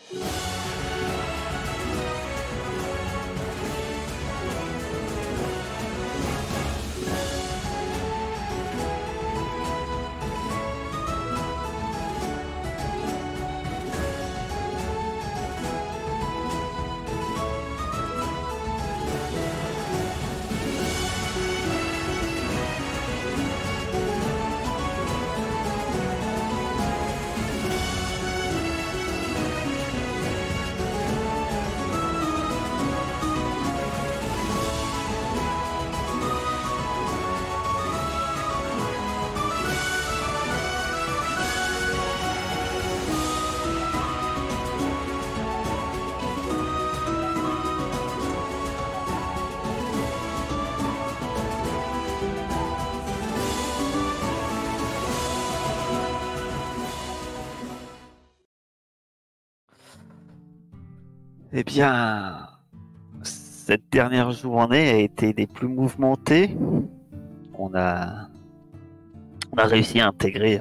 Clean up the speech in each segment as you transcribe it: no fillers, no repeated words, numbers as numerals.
Eh bien, cette dernière journée a été des plus mouvementées. On a réussi à intégrer,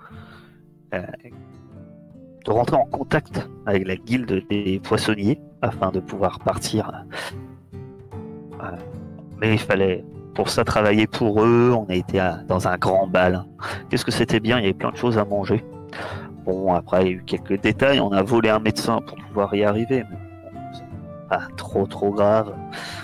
de rentrer en contact avec la guilde des poissonniers afin de pouvoir partir. Mais il fallait pour ça travailler pour eux. On a été dans un grand bal. Qu'est-ce que c'était bien, il y avait plein de choses à manger. Bon, après, il y a eu quelques détails. On a volé un médecin pour pouvoir y arriver. Mais bon, c'est pas trop grave.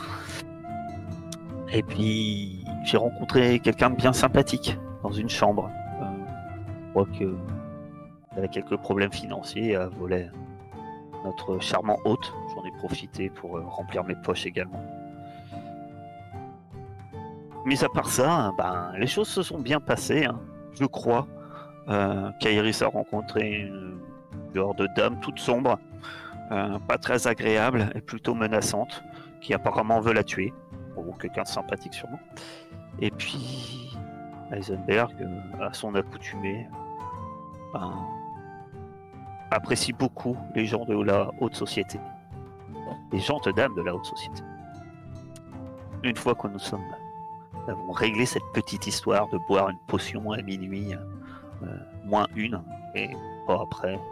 Et puis, j'ai rencontré quelqu'un de bien sympathique dans une chambre. Je crois qu'il avait quelques problèmes financiers et a volé notre charmant hôte. J'en ai profité pour remplir mes poches également. Mis à part ça, les choses se sont bien passées, hein, je crois. Kairis a rencontré une genre de dame toute sombre, pas très agréable et plutôt menaçante, qui apparemment veut la tuer, ou quelqu'un de sympathique sûrement. Et puis Heisenberg, à son accoutumée, apprécie beaucoup les gens de la haute société, les gentes dames de la haute société. Une fois que nous avons réglé cette petite histoire de boire une potion à minuit, moins une, et pas après.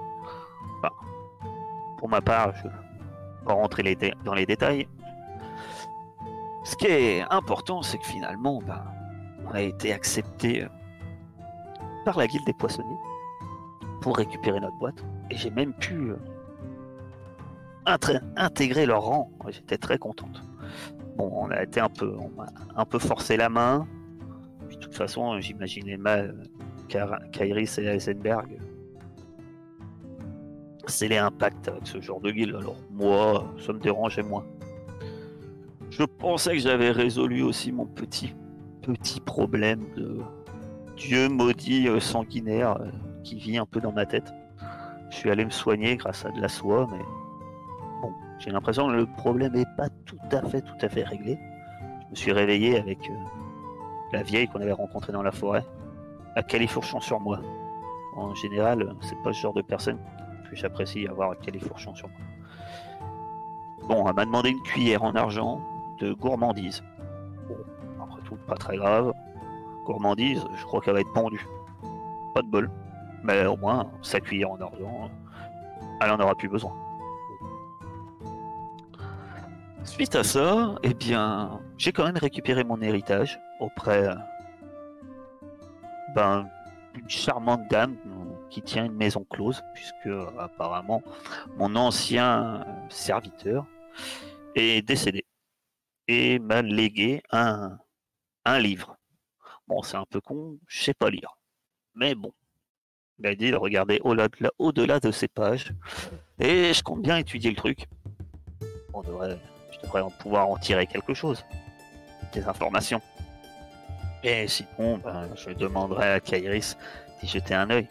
Pour ma part, je ne vais pas rentrer dans les détails. Ce qui est important, c'est que finalement, on a été accepté par la guilde des poissonniers pour récupérer notre boîte, et j'ai même pu intégrer leur rang. J'étais très contente. Bon, on m'a un peu forcé la main. Puis, de toute façon, j'imaginais mal Kairis et Heisenberg sceller un pacte avec ce genre de guilde. Alors moi, ça me dérangeait moins. Je pensais que j'avais résolu aussi mon petit problème de dieu maudit sanguinaire qui vit un peu dans ma tête. Je suis allé me soigner grâce à de la soie, mais bon, j'ai l'impression que le problème n'est pas tout à fait réglé. Je me suis réveillé avec la vieille qu'on avait rencontrée dans la forêt, à califourchon sur moi. En général, c'est pas ce genre de personne que j'apprécie avoir à califourchon sur moi. Bon, elle m'a demandé une cuillère en argent de gourmandise. Bon, après tout, pas très grave. Gourmandise, je crois qu'elle va être pendue. Pas de bol. Mais au moins, sa cuillère en argent, elle en aura plus besoin. Suite à ça, eh bien, j'ai quand même récupéré mon héritage auprès d'une charmante dame qui tient une maison close, puisque apparemment mon ancien serviteur est décédé et m'a légué un livre. Bon, c'est un peu con, je sais pas lire, mais bon, il a dit de regarder au-delà de ces pages, et je compte bien étudier le truc. Je devrais pouvoir en tirer quelque chose, des informations. Et sinon, je demanderai à Kairis d'y jeter un œil.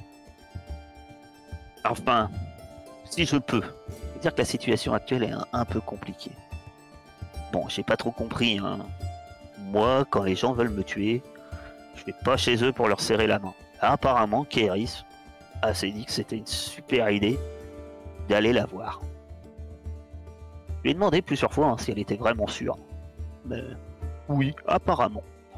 Enfin, si je peux, dire que la situation actuelle est un peu compliquée. Bon, j'ai pas trop compris, hein. Moi, quand les gens veulent me tuer, je vais pas chez eux pour leur serrer la main. Apparemment, Kairis s'est dit que c'était une super idée d'aller la voir. Je lui ai demandé plusieurs fois si elle était vraiment sûre. Mais oui, apparemment.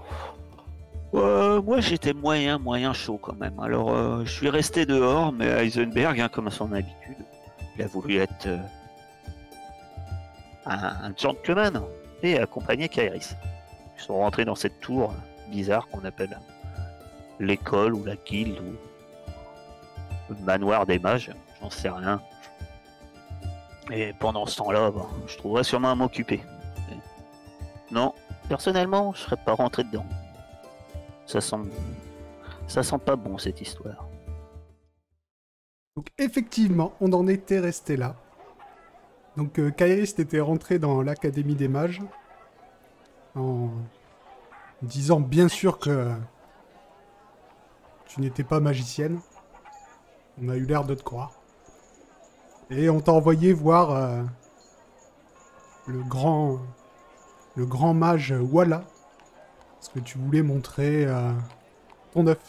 Moi j'étais moyen chaud quand même. Alors je suis resté dehors, mais Heisenberg, comme à son habitude, Il a voulu être un gentleman et accompagner Kairis. Ils sont rentrés dans cette tour bizarre qu'on appelle l'école ou la guilde ou le manoir des mages, j'en sais rien. Et pendant ce temps-là, je trouverais sûrement à m'occuper. Non, personnellement, je serais pas rentré dedans. Ça sent pas bon cette histoire. Donc effectivement, on en était resté là. Donc Kairis était rentré dans l'Académie des Mages en disant bien sûr que tu n'étais pas magicienne. On a eu l'air de te croire. Et on t'a envoyé voir le grand mage Walla. Parce que tu voulais montrer ton œuf.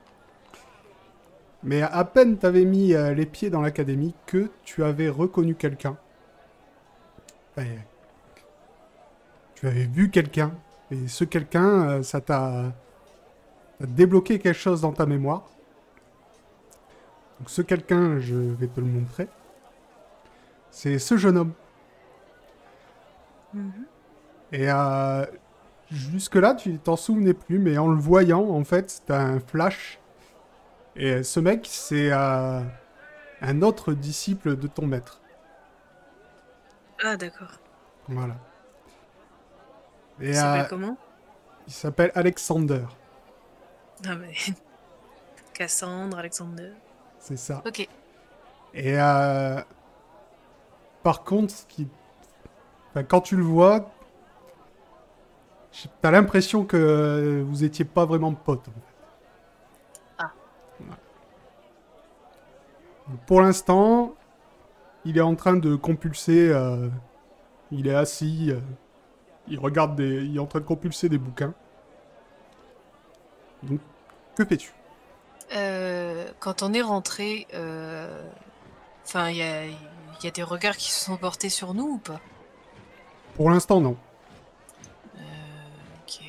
Mais à peine t'avais mis les pieds dans l'académie que tu avais reconnu quelqu'un. Enfin, tu avais vu quelqu'un. Et ce quelqu'un, ça t'a débloqué quelque chose dans ta mémoire. Donc ce quelqu'un, je vais te le montrer. C'est ce jeune homme. Et jusque-là, tu t'en souvenais plus, mais en le voyant, en fait, t'as un flash. Et ce mec, c'est un autre disciple de ton maître. Ah, d'accord. Voilà. Et Il s'appelle comment? il s'appelle Alexander. Ah, mais... Cassandre, Alexander. C'est ça. Ok. Et par contre, quand tu le vois, t'as l'impression que vous étiez pas vraiment potes. En fait. Ah. Ouais. Pour l'instant, il est en train de compulser. Il est assis. Il est en train de compulser des bouquins. Donc, que fais-tu? Quand on est rentré, enfin, il y a des regards qui se sont portés sur nous ou pas? Pour l'instant, non. Ok.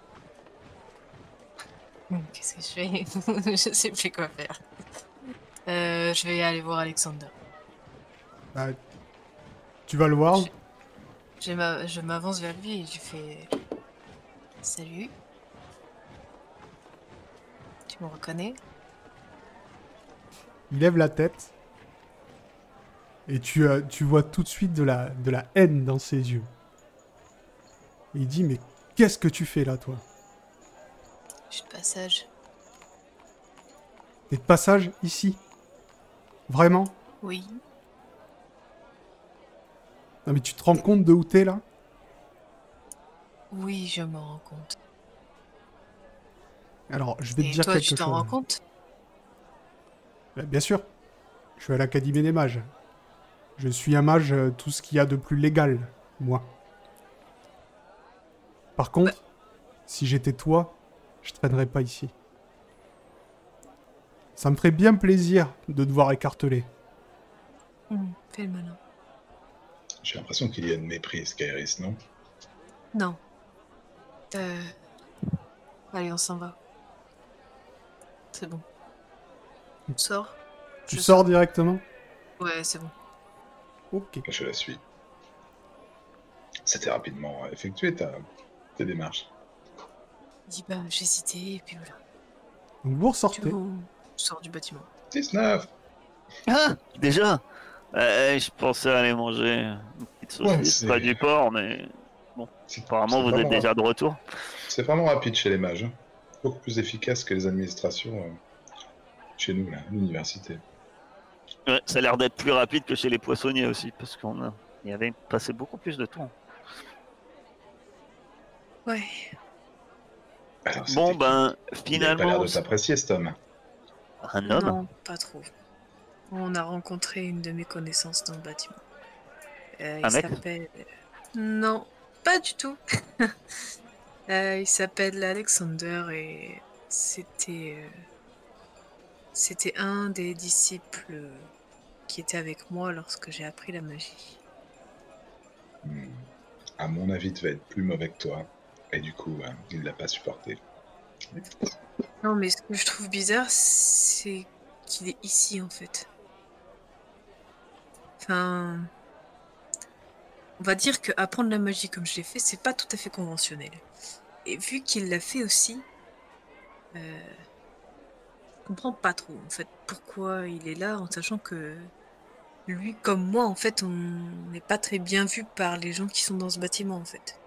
Qu'est-ce que je fais? Je sais plus quoi faire. Je vais aller voir Alexander. Bah, tu vas le voir. Je m'avance vers lui et je fais... Salut. Tu me reconnais? Il lève la tête. Et tu vois tout de suite de la haine dans ses yeux. Et il dit, mais qu'est-ce que tu fais là, toi? Je suis de passage. T'es de passage ici? Vraiment? Oui. Non mais tu te rends compte de où t'es là? Oui, je m'en rends compte. Alors, je vais te Et dire toi, quelque tu t'en chose. rends compte? Bien sûr. Je suis à l'Académie des Mages. Je suis un mage, tout ce qu'il y a de plus légal, moi. Par contre, si j'étais toi, je traînerais pas ici. Ça me ferait bien plaisir de devoir écarteler. Fais le malin. J'ai l'impression qu'il y a une méprise, Kairis, non? Non. Allez, on s'en va. C'est bon. Sors. Tu sors directement? Ouais, c'est bon. Ok. Je la suis. C'était rapidement effectué, tes démarches. Dis bah, j'ai hésité et puis voilà. Donc vous ressortez. Je sors du bâtiment. 19! Ah, déjà je pensais aller manger une petite saucisse, pas du porc, mais apparemment vous êtes déjà de retour. C'est vraiment rapide chez les mages. Hein. Beaucoup plus efficace que les administrations chez nous, là, à l'université. Ouais, ça a l'air d'être plus rapide que chez les poissonniers aussi, parce qu'on y avait passé beaucoup plus de temps. Ouais. Alors, Bon, ben, il a pas l'air finalement... de t'apprécier, cet homme. Un homme? Non, pas trop. On a rencontré une de mes connaissances dans le bâtiment. Il s'appelle... Non, pas du tout. Il s'appelle Alexander et c'était un des disciples qui était avec moi lorsque j'ai appris la magie. À mon avis, il devait être plus mauvais que toi. Et du coup, il l'a pas supporté. Non, mais ce que je trouve bizarre, c'est qu'il est ici, en fait. Enfin, on va dire que apprendre la magie comme je l'ai fait, c'est pas tout à fait conventionnel. Et vu qu'il l'a fait aussi, je comprends pas trop en fait pourquoi il est là, en sachant que lui comme moi, en fait, on n'est pas très bien vu par les gens qui sont dans ce bâtiment, en fait.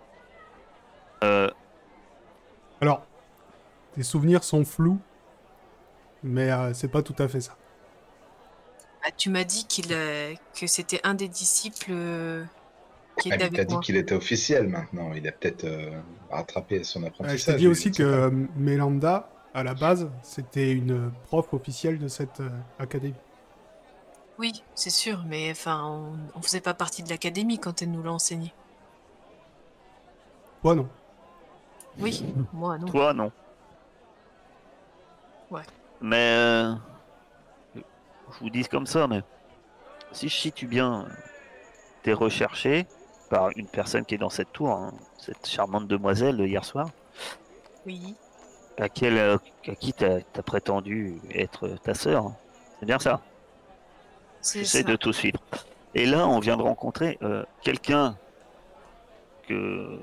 Alors, tes souvenirs sont flous, mais c'est pas tout à fait ça. Ah, tu m'as dit que c'était un des disciples qui Ah, était mais t'as avec dit moi. qu'il était officiel maintenant. Il a peut-être rattrapé son Je apprentissage. t'ai dit lui, aussi on sait pas. que Mélanda, à la base, c'était une prof officielle de cette académie. Oui, c'est sûr, mais enfin, on faisait pas partie de l'académie quand elle nous l'a enseigné. Toi, non. Oui, moi non. Toi, non. Ouais. Mais je vous dis comme ça, mais si je situe bien, t'es recherché par une personne qui est dans cette tour, hein, cette charmante demoiselle de hier soir, Oui, à qui t'as prétendu être ta sœur. Hein. C'est bien ça. c'est J'essaie de ça. tout suivre. Et là, on vient de rencontrer quelqu'un que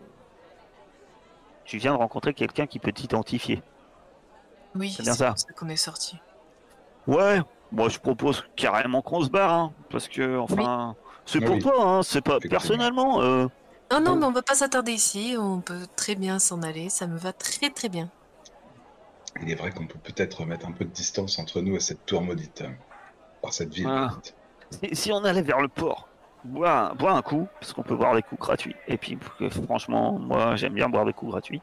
tu viens de rencontrer quelqu'un qui peut t'identifier. Oui, C'est bien c'est ça. pour ça qu'on est sorti. Ouais, moi je propose carrément qu'on se barre, hein, parce que enfin, c'est Ah pour oui, toi, hein, c'est pas effectivement. personnellement. Non, non, Bon. mais on va pas s'attarder ici. On peut très bien s'en aller. Ça me va très très bien. Il est vrai qu'on peut peut-être mettre un peu de distance entre nous et cette tour maudite. Par cette ville Ah. maudite. Si on allait vers le port, boire un coup, parce qu'on peut boire des coups gratuits. Et puis franchement, moi j'aime bien boire des coups gratuits.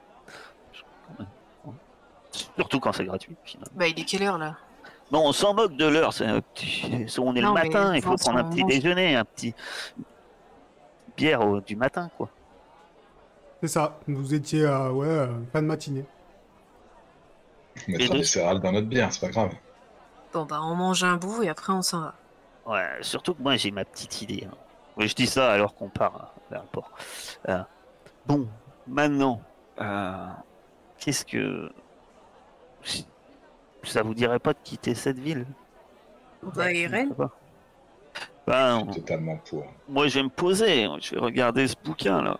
Surtout quand c'est gratuit, finalement. Bah, il est quelle heure là? Non, on s'en moque de l'heure. On est le Non, mais matin, il faut bon, prendre un on petit mange. déjeuner, un petit bière du matin, quoi. C'est ça. Vous étiez, fin de matinée. On mettra deux- des céréales dans notre bière, c'est pas grave. Bon, bah, on mange un bout et après on s'en va. Ouais, surtout que moi j'ai ma petite idée. Hein. Ouais, je dis ça alors qu'on part vers le port. Bon, maintenant, qu'est-ce que ça vous dirait pas de quitter cette ville? Bah, Irène? Ben, Je suis totalement pour. moi je vais me poser, je vais regarder ce bouquin là.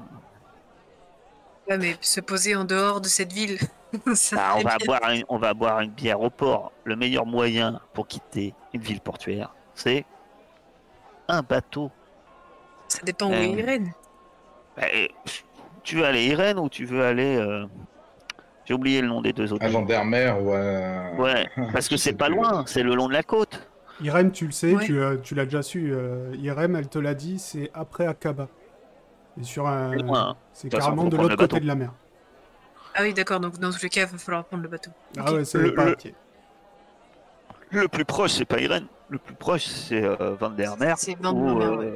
Ouais, mais se poser en dehors de cette ville, ça Ah, serait bien. on va boire une bière au port. Le meilleur moyen pour quitter une ville portuaire, c'est un bateau. Ça dépend où est Irène. Ben, tu veux aller Irène ou tu veux aller j'ai oublié le nom des deux autres. À Vandermeer ou Ouais, parce que je c'est sais pas plus. loin, c'est le long de la côte. Irem, tu le sais, Ouais. tu l'as déjà su. Irem, elle te l'a dit, c'est après Akaba. Et sur un. C'est loin, hein. C'est De toute façon, carrément faut de prendre l'autre le côté bateau. de la mer. Ah oui, d'accord, donc dans tous les cas, il va falloir prendre le bateau. Ah Ok. ouais, c'est pas à pied. Le plus proche, c'est pas Irène. Le plus proche, c'est Vandermeer. C'est Vandermeer, ouais.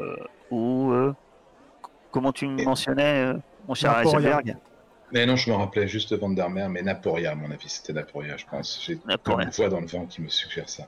Comment tu me Et- mentionnais, mon cher Naporia. Heisenberg? Mais non, je me rappelais juste Vandermeer, mais Naporia, à mon avis, c'était Naporia, je pense. J'ai Naporia. une voix dans le vent qui me suggère ça.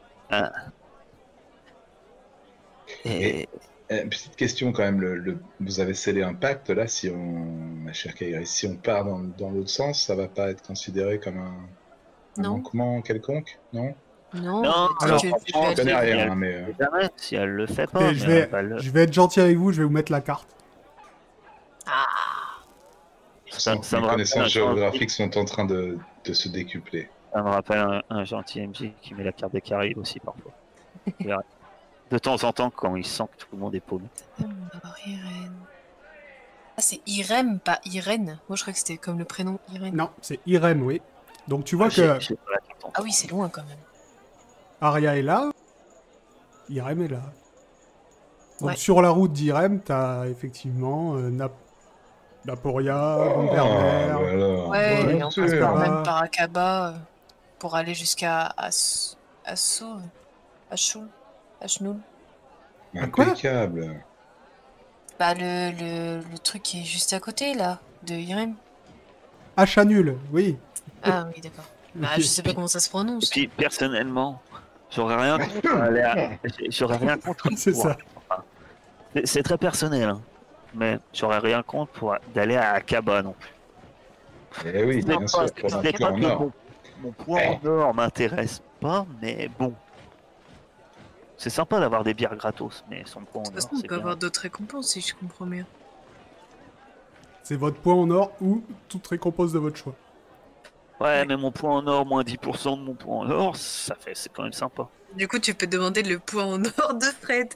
Et Petite question quand même, vous avez scellé un pacte là, si on, ma chère Kairi, si on part dans l'autre sens, ça va pas être considéré comme un Non. manquement quelconque, non? Non, Non, on alors, a dit que franchement, je Je connais vais aller. rien, hein, mais jamais, si elle le fait pas, Écoutez, mais je vais, elle va le- je vais être gentil avec vous, je vais vous mettre la carte. Ah, je sens que ça mes me rappelle connaissances un géographiques sont en train de se décupler. Ça me rappelle un gentil MJ qui met la carte des Caraïbes aussi parfois. C'est vrai. De temps en temps, quand il sent que tout le monde est paumé. Irène. Ah, c'est Irem, pas Irène. Moi, je croyais que c'était comme le prénom Irène. Non, c'est Irem, oui. Donc tu vois que J'ai pas la carte en Ah oui, c'est loin quand même. Aria est là, Irem est là. Donc Ouais. sur la route d'Irem, t'as effectivement Naporia, Vandermeer. Oh là là, Ouais, ouais, et on c'est passe par ça. même par Akaba pour aller jusqu'à Assoul. Ashnoul. quoi impeccable. Bah, le truc qui est juste à côté, là, de Irem. Achanul, oui. Ah oui, d'accord. Bah, Ok. je sais pas comment ça se Et prononce. puis, personnellement, j'aurais rien contre j'aurais rien contre. C'est pour- ça. enfin, c'est très personnel, hein. Mais j'aurais rien contre pour d'aller à Akaba non plus. Eh oui, C'est bien pas, sûr, pour c'est un pas plan que nord. mon point en nord m'intéresse pas, mais bon. C'est sympa d'avoir des bières gratos, mais son point De en toute façon, or, on c'est peut bien. avoir d'autres récompenses si je comprends bien. C'est votre point en or ou toute récompense de votre choix. Ouais, Ouais. mais mon point en or, moins 10% de mon point en or, c'est quand même sympa. Du coup, tu peux demander le point en or de Fred.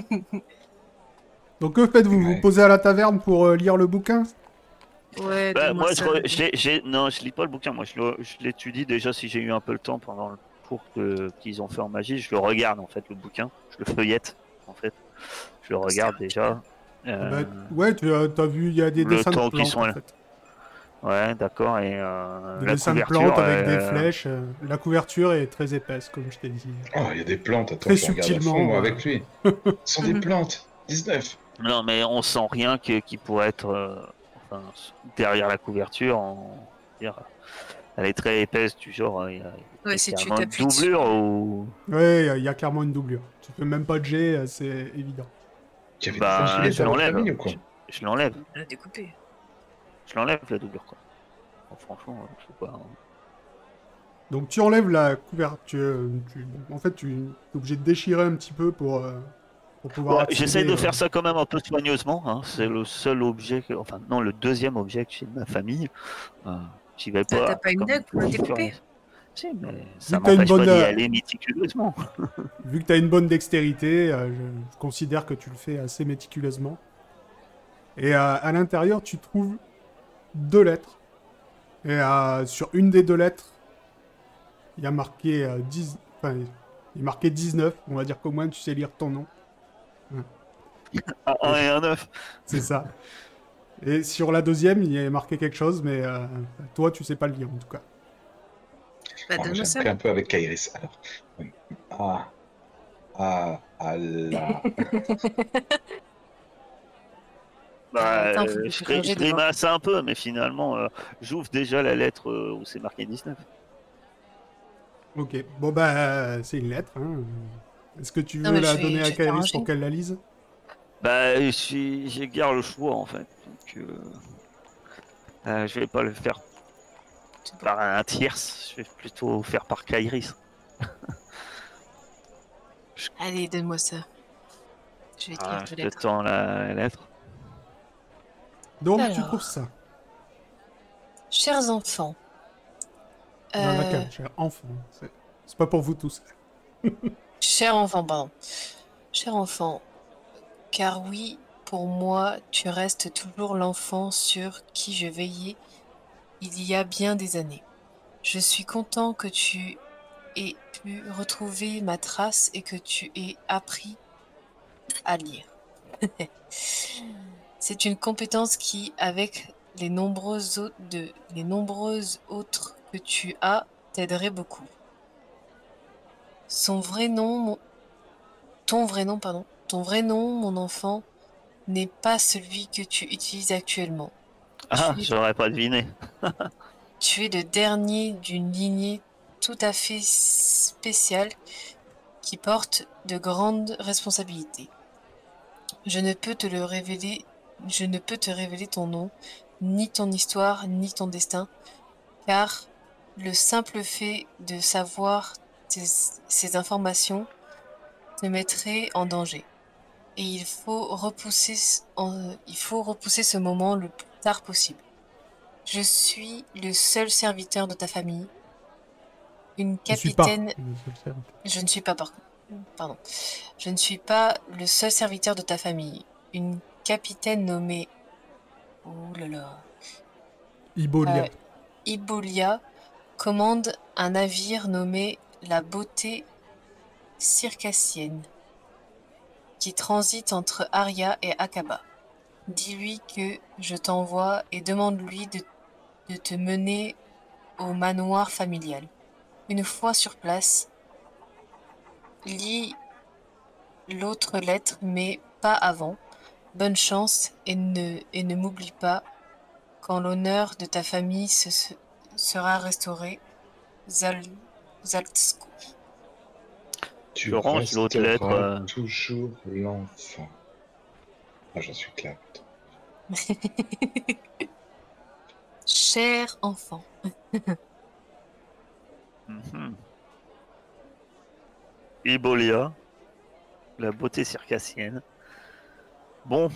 Donc que faites-vous? Vous Ouais. posez à la taverne pour lire le bouquin? Ouais, Bah, donne-moi moi, ça. non, je lis pas le bouquin. Moi, je l'étudie déjà si j'ai eu un peu le temps pendant le cours qu'ils ont fait en magie. Je le regarde, en fait, le bouquin. Je le feuillette, en fait. Je le regarde déjà. Ah bah, Euh, ouais, t'as vu, il y a des le dessins de temps qu'ils plantes sont en là. fait. Ouais, d'accord. Et Des la dessins de plantes couverture, avec des flèches. La couverture est très épaisse, comme je t'ai dit. Oh, il y a des plantes. Attends, Très je regarde à fond, moi, subtilement. avec lui. Ce sont des plantes. 19. non, mais on sent rien qui pourrait être enfin, derrière la couverture. Dire, elle est très épaisse, du genre, il y a Ouais, peut-être si tu carrément une t'appuies dessus. doublure ou. Ouais, il y a clairement une doublure. Tu fais même pas de jet, c'est évident. Il y avait des Bah, enculés je dans votre l'enlève. famille ou quoi? Je l'enlève. On l'a découpé. Je l'enlève la doublure, quoi. Bon, franchement, je sais pas. Donc tu enlèves la couverture. En fait, tu es obligé de déchirer un petit peu pour pouvoir Ouais, accéder. j'essaye de faire ça quand même un peu soigneusement. Hein. C'est le seul objet, enfin non, le deuxième objet que j'ai de ma famille. Euh, J'y vais T'as pas pas une comme dague pour le furieux. découper? Si, mais ça Vu que t'as une m'empêche pas bonne, d'y aller méticuleusement. vu que tu as une bonne dextérité, je considère que tu le fais assez méticuleusement. Et à l'intérieur, tu trouves 2 lettres. Et sur une des 2 lettres, il y a marqué 10. Enfin, il est marqué 19. On va dire qu'au moins tu sais lire ton nom. Un 1 et un 9. C'est ça. Et sur la deuxième, il y a marqué quelque chose, mais toi, tu sais pas le lire en tout cas. Bah, Oh, donne-moi j'ai ça. appris un peu avec Kairis. Alors. Là. Bah, Attends, faut que je fasse un jet je de voir. grimace un peu, mais finalement, j'ouvre déjà la lettre où c'est marqué 19. Ok. Bon, bah, c'est une lettre. Hein. Est-ce que tu Non, veux mais la donner je à vais te faire un Kairis pour jet. qu'elle la lise? Bah, j'ai gare le choix en fait. Donc, je vais pas le faire C'est bon. par un tierce, je vais plutôt faire par Kairis. Allez, donne-moi ça. Je vais te lire Ah, ta je te lettre. tends la lettre. Donc, tu trouves Alors, ça. chers enfants, Dans la euh, cage, cher enfant. C'est pas pour vous tous. chers enfants, pardon. Chers enfants, car oui, pour moi, tu restes toujours l'enfant sur qui je veillais il y a bien des années. Je suis content que tu aies pu retrouver ma trace et que tu aies appris à lire. C'est une compétence qui, avec les nombreuses autres que tu as, t'aiderait beaucoup. Son vrai nom, ton vrai nom, mon enfant, n'est pas celui que tu utilises actuellement. Ah, Tu es, j'aurais pas deviné. tu es le dernier d'une lignée tout à fait spéciale qui porte de grandes responsabilités. Je ne peux te le révéler, je ne peux te révéler ton nom, ni ton histoire, ni ton destin, car le simple fait de savoir ces informations te mettrait en danger. Et il faut repousser ce moment le plus tard possible. Je suis le seul serviteur de ta famille, une Je suis pas. capitaine. Je ne suis pas, pardon. Je ne suis pas le seul serviteur de ta famille. Une capitaine nommée. Oh là là. Ibolia. Ibolia commande un navire nommé la Beauté circassienne qui transite entre Aria et Akaba. Dis-lui que je t'envoie et demande-lui de te mener au manoir familial. Une fois sur place, lis l'autre lettre, mais pas avant. Bonne chance et ne m'oublie pas quand l'honneur de ta famille sera restauré. Zaltsko. Tu Je range l'autre lettre. resteras toujours l'enfant. Ah, j'en suis clair. Cher enfant. Ibolia, La beauté circassienne. Bon,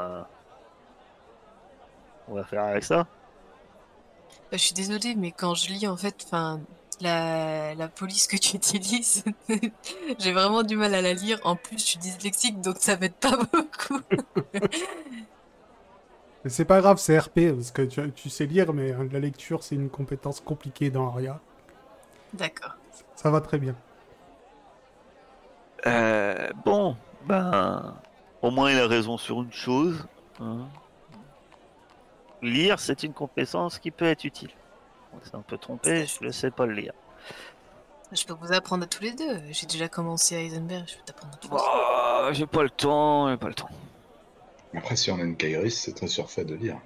on va faire avec ça. Je suis désolée, mais quand je lis, en fait, la police que tu utilises, j'ai vraiment du mal à la lire. En plus, je suis dyslexique, donc ça m'aide pas beaucoup. Mais c'est pas grave, c'est RP, parce que tu sais lire, mais la lecture, c'est une compétence compliquée dans Aria. D'accord. Ça va très bien. Bon, ben, au moins il a raison sur une chose. Hein. Lire, c'est une compétence qui peut être utile. On s'est un peu trompé, je ne sais pas le lire. Je peux vous apprendre à tous les deux. J'ai déjà commencé à Heisenberg, je peux t'apprendre à tous les deux. Oh, j'ai pas le temps, Après, si on a une Kairis, c'est très surfait de lire.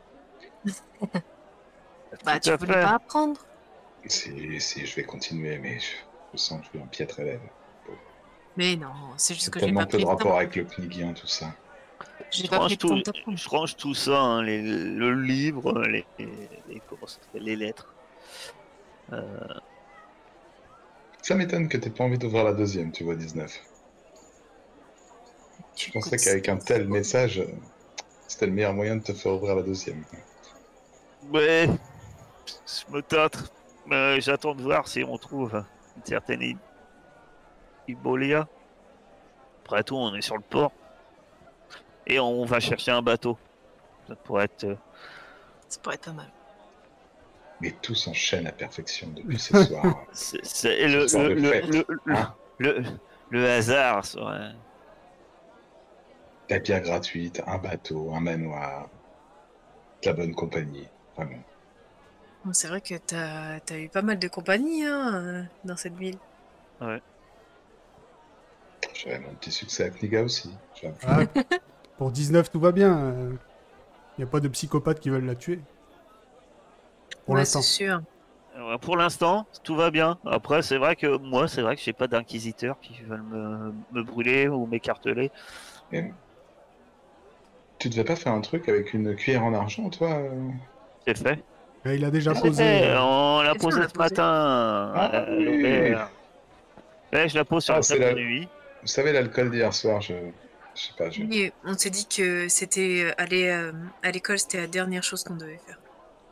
Bah, Tout tu à voulais fait. pas apprendre. Si je vais continuer, mais je sens que je suis un piètre élève. Mais non, c'est juste C'est que j'ai tellement pas peu pris de le temps. rapport avec le Knigien, tout ça. J'ai pas pris le temps de t'apprendre. Je range tout ça, hein, le livre, les lettres. Ça m'étonne que t'aies pas envie d'ouvrir la deuxième, tu vois, 19. Je pensais qu'avec un tel message, c'était le meilleur moyen de te faire ouvrir la deuxième. Ouais, je me tâte. J'attends de voir si on trouve une certaine Ibolia. Après tout, on est sur le port. Et on va chercher un bateau. Ça pourrait être... Ça pourrait être pas mal. Mais tout s'enchaîne à perfection depuis ce soir. C'est le hasard serait... La bière gratuite, un bateau, un manoir, de la bonne compagnie, vraiment. C'est vrai que t'as eu pas mal de compagnie dans cette ville. Ouais. J'avais mon petit succès à Kniga aussi. Ah, pour 19, tout va bien. Y a pas de psychopathes qui veulent la tuer. Pour Ouais, l'instant. c'est sûr. Pour l'instant, tout va bien. Après, c'est vrai que j'ai pas d'inquisiteurs qui veulent me brûler ou m'écarteler. Et tu devais pas faire un truc avec une cuillère en argent, toi C'est fait. Et il a déjà C'est posé. fait. On l'a C'est fait, on posé l'a ce posé. matin. Ah oui. l'Aubert. Ouais, je la pose sur Ah, la c'est table de la... nuit. Vous savez, l'alcool d'hier soir, je sais pas, Oui, on s'est dit que c'était aller à l'école, c'était la dernière chose qu'on devait faire.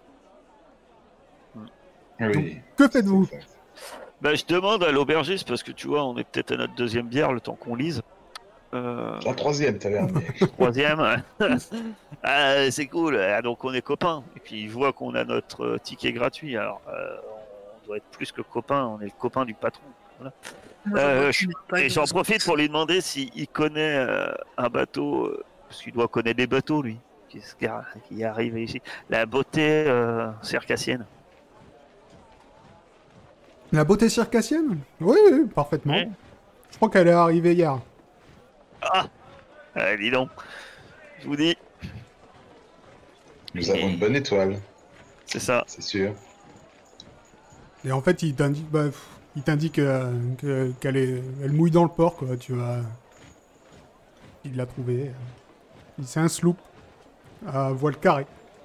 Oui. Que faites-vous? C'est exact. Bah, je demande à l'aubergiste parce que tu vois, on est peut-être à notre deuxième bière le temps qu'on lise. La troisième taverne. Troisième. Ah, c'est cool. Ah, donc on est copains. Et puis il voit qu'on a notre ticket gratuit. Alors on doit être plus que copains. On est le copain du patron. Voilà. Moi, je vois que tu n'as pas Et de j'en raison. profite pour lui demander s'il connaît un bateau, parce qu'il doit connaître des bateaux lui, qui arrive ici. La beauté circassienne. La beauté circassienne? Oui, oui, parfaitement. Oui. Je crois qu'elle est arrivée hier. Ah, dis donc. Je vous dis. Nous avons une bonne étoile, C'est ça. c'est sûr. Et en fait, il t'indique qu'elle elle mouille dans le port, quoi. Tu vas. Il l'a trouvé. C'est un sloop à voile carré.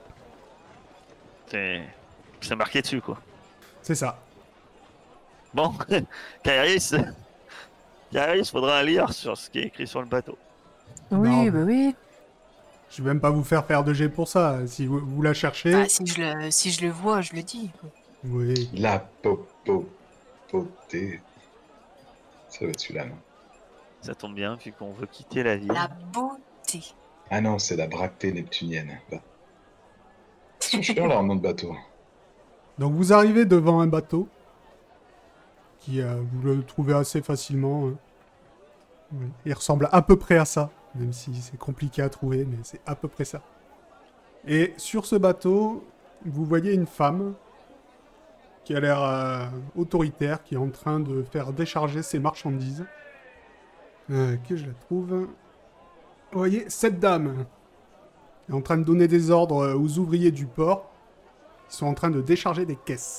C'est marqué dessus quoi. C'est ça. Bon, Kairis, faudra lire sur ce qui est écrit sur le bateau. Non. bah oui. Je vais même pas vous faire de jet pour ça. Si vous la cherchez. Ah, si je le vois, je le dis. Oui. La beauté. Ça doit être celui-là, non? Ça tombe bien vu qu'on veut quitter la ville. La beauté. Ah non, c'est la bractée neptunienne. Bah. C'est chiant leur nom de bateau. Donc vous arrivez devant un bateau. Qui, vous le trouvez assez facilement. Hein. Oui. Il ressemble à peu près à ça. Même si c'est compliqué à trouver, mais c'est à peu près ça. Et sur ce bateau, vous voyez une femme qui a l'air autoritaire, qui est en train de faire décharger ses marchandises. Que je la trouve. Vous voyez, cette dame est en train de donner des ordres aux ouvriers du port. Ils sont en train de décharger des caisses.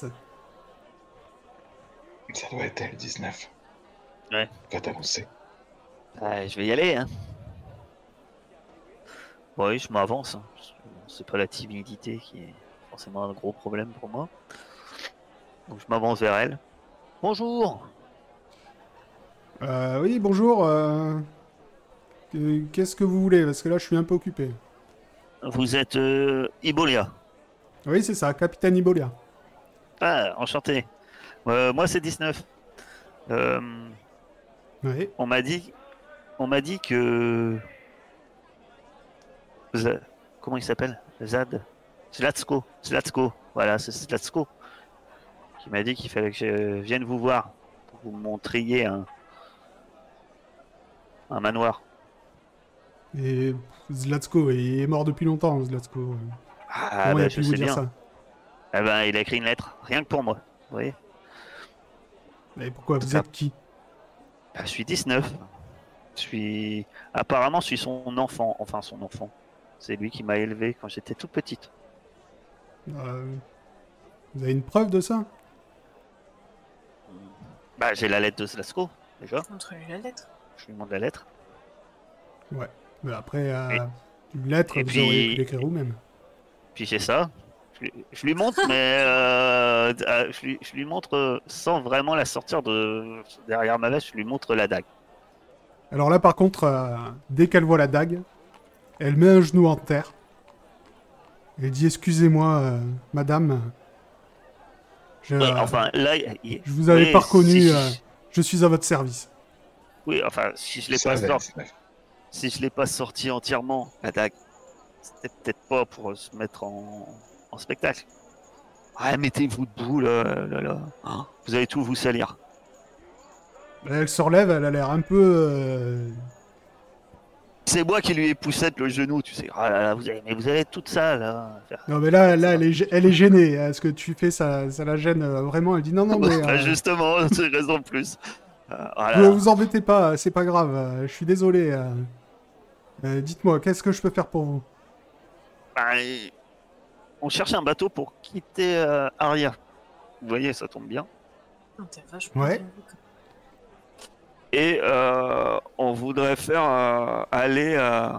Ça doit être elle, 19. Ouais. Va t'avancer. Je vais y aller, hein. Oui, je m'avance. Hein. C'est pas la timidité qui est forcément un gros problème pour moi. Donc je m'avance vers elle. Bonjour. Oui, bonjour. Qu'est-ce que vous voulez? Parce que là, je suis un peu occupé. Vous êtes Ibolia. Oui, c'est ça, Capitaine Ibolia. Ah, enchanté. Moi, c'est 19. Euh, Oui. on m'a dit que... Comment il s'appelle? Zlatsko. Zlatsko. Voilà, c'est Zlatsko. Qui m'a dit qu'il fallait que je vienne vous voir. Pour que vous me montriez un manoir. Et Zlatko, il est mort depuis longtemps, Zlatko. Ah, Comment il bah, a je pu vous sais dire bien. ça? Eh ben, il a écrit une lettre. Rien que pour moi. Vous voyez? Et pourquoi? Vous Ça- êtes qui? Bah, je suis 19. Apparemment, je suis son enfant. Enfin, son enfant. C'est lui qui m'a élevé quand j'étais toute petite. Vous avez une preuve de ça? Bah, j'ai la lettre de Zlatko, déjà. Montre-lui la lettre. Je lui montre la lettre. Ouais. Mais après, Et- une lettre, et vous puis- auriez pu l'écrire vous-même. Puis j'ai ça. Je lui montre, mais je lui montre sans vraiment la sortir de derrière ma veste. Je lui montre la dague. Alors là, par contre, dès qu'elle voit la dague, elle met un genou en terre. Elle dit, excusez-moi, madame. Ouais, enfin, là, je vous avais oui, pas reconnu. si- Je suis à votre service. oui, enfin, si je l'ai Ça pas va, sorti, ça va. si je l'ai pas sorti entièrement, la dague, c'était peut-être pas pour se mettre en spectacle. Ah, mettez-vous debout là. Oh, vous allez tout vous salir. Elle se relève, elle a l'air un peu... C'est moi qui lui ai poussé le genou, tu sais. Ah là là, vous avez toute ça là. Non mais là elle est gênée. Ce que tu fais, ça la gêne vraiment. Elle dit non, non, mais... Bah, justement, c'est raison de plus. Ne vous embêtez pas, c'est pas grave. Je suis désolé. Dites-moi, qu'est-ce que je peux faire pour vous? Bah, on cherche un bateau pour quitter Aria. Vous voyez, ça tombe bien. Non, t'es vachement Ouais. bien vu, quoi. Et on voudrait faire aller.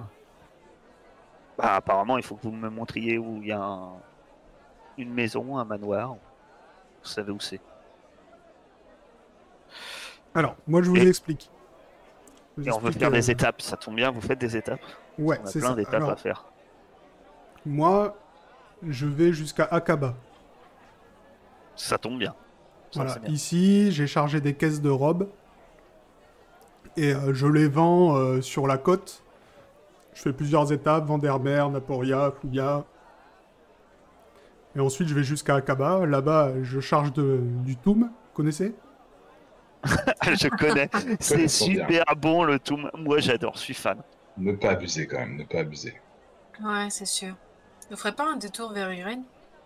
Bah, apparemment, il faut que vous me montriez où il y a une maison, un manoir. Vous savez où c'est. Alors, moi je vous Et- explique. Je vous Et on veut explique, faire des étapes. Ça tombe bien, vous faites des étapes. Ouais, On a c'est plein ça. d'étapes Alors, à faire. moi, je vais jusqu'à Akaba. Ça tombe bien. Ça, Voilà, c'est bien. ici, j'ai chargé des caisses de robes. Et je les vends sur la côte. Je fais plusieurs étapes, Vandermeer, Naporia, Fouya. Et ensuite, je vais jusqu'à Akaba. Là-bas, je charge du toum. Vous connaissez? Je connais. C'est Connaissons bien. super bon le tout. Moi, j'adore. Je suis fan. Ne pas abuser quand même, ne pas abuser. Ouais, c'est sûr. Ne ferait pas un détour vers Irène?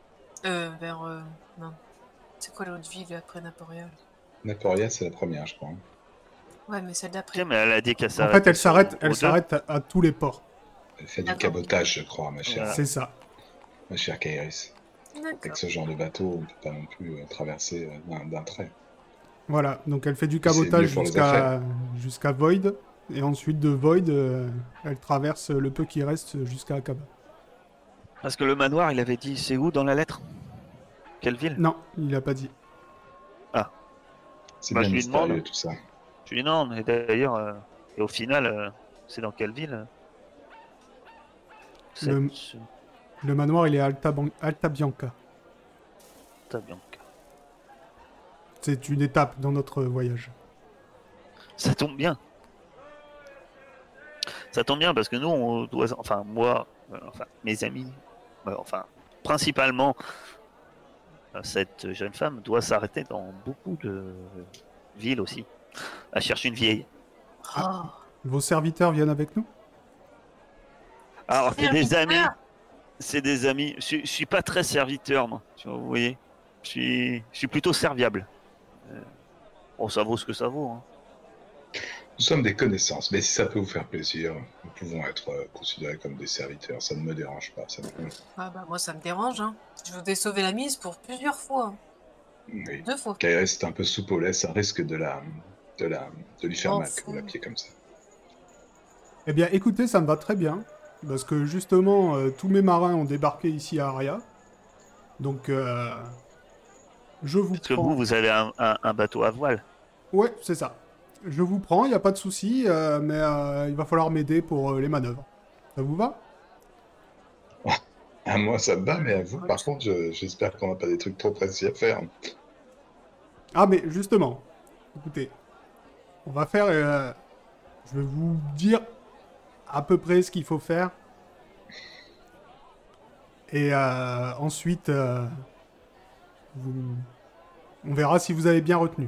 Non. C'est quoi l'autre ville après Naporia? Naporia, c'est la première, je crois. Ouais, mais celle d'après. Tiens, mais elle a dit qu'elle En s'arrête. fait, elle s'arrête à tous les ports. Elle fait du D'accord. cabotage, je crois, ma chère, Voilà. C'est ça. ma chère Kairis. D'accord. Avec ce genre de bateau, on ne peut pas non plus traverser d'un trait. Voilà, donc elle fait du C'est cabotage mieux pour les affaires. jusqu'à Void. Et ensuite, de Void, elle traverse le peu qui reste jusqu'à Akaba. Parce que le manoir, il avait dit, c'est où dans la lettre? Quelle ville? Non, il a pas dit. C'est Bah, bien je lui mystérieux demande. tout ça. Je lui dis non, mais d'ailleurs, et au final, c'est dans quelle ville? Le- Le manoir, il est à Alta Bianca. Bianca. C'est une étape dans notre voyage. Ça tombe bien. Ça tombe bien parce que nous, on doit, enfin moi, enfin mes amis, enfin principalement cette jeune femme doit s'arrêter dans beaucoup de villes aussi, à chercher une vieille. Oh. Vos serviteurs viennent avec nous? Alors c'est des amis, Serviteur. c'est des amis. Je suis pas très serviteur moi, tu vois, vous voyez. Je suis plutôt serviable. Bon, ça vaut ce que ça vaut. Hein. Nous sommes des connaissances, mais si ça peut vous faire plaisir, nous pouvons être considérés comme des serviteurs. Ça ne me dérange pas. Ça me... Ah bah moi ça me dérange, hein. Je vous ai sauvé la mise pour plusieurs fois. Hein. Oui. 2 fois. Kairis est un peu soupe au lait, ça risque de lui faire mal que vous Enfin. l'appuyez comme ça. Eh bien, écoutez, ça me va très bien. Parce que justement, tous mes marins ont débarqué ici à Aria. Donc, je vous Parce que prends... vous avez un bateau à voile. Ouais, c'est ça. Je vous prends, il n'y a pas de souci, mais il va falloir m'aider pour les manœuvres. Ça vous va? À moi, ça me va, mais à vous, par contre, j'espère qu'on n'a pas des trucs trop précis à faire. Ah, mais justement, écoutez, on va faire... je vais vous dire à peu près ce qu'il faut faire. Et ensuite, on verra si vous avez bien retenu.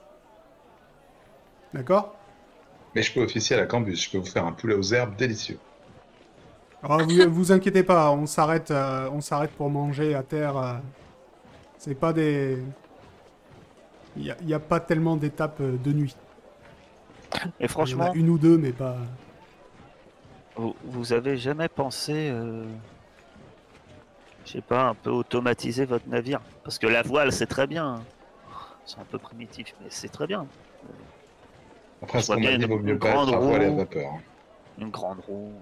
D'accord? Mais je peux officier à la Cambus, je peux vous faire un poulet aux herbes délicieux. Alors, vous inquiétez pas, on s'arrête pour manger à terre. C'est pas des... Il y a pas tellement d'étapes de nuit. Et Il y en franchement, a une ou deux, mais pas... vous avez jamais pensé, je sais pas, un peu automatiser votre navire? Parce que la voile, c'est très bien, hein. C'est un peu primitif, mais c'est très bien. Après, Je ce vois qu'on bien m'a dit, une vaut mieux pas être grande à voile et à roue. vapeur. Hein. Une grande roue.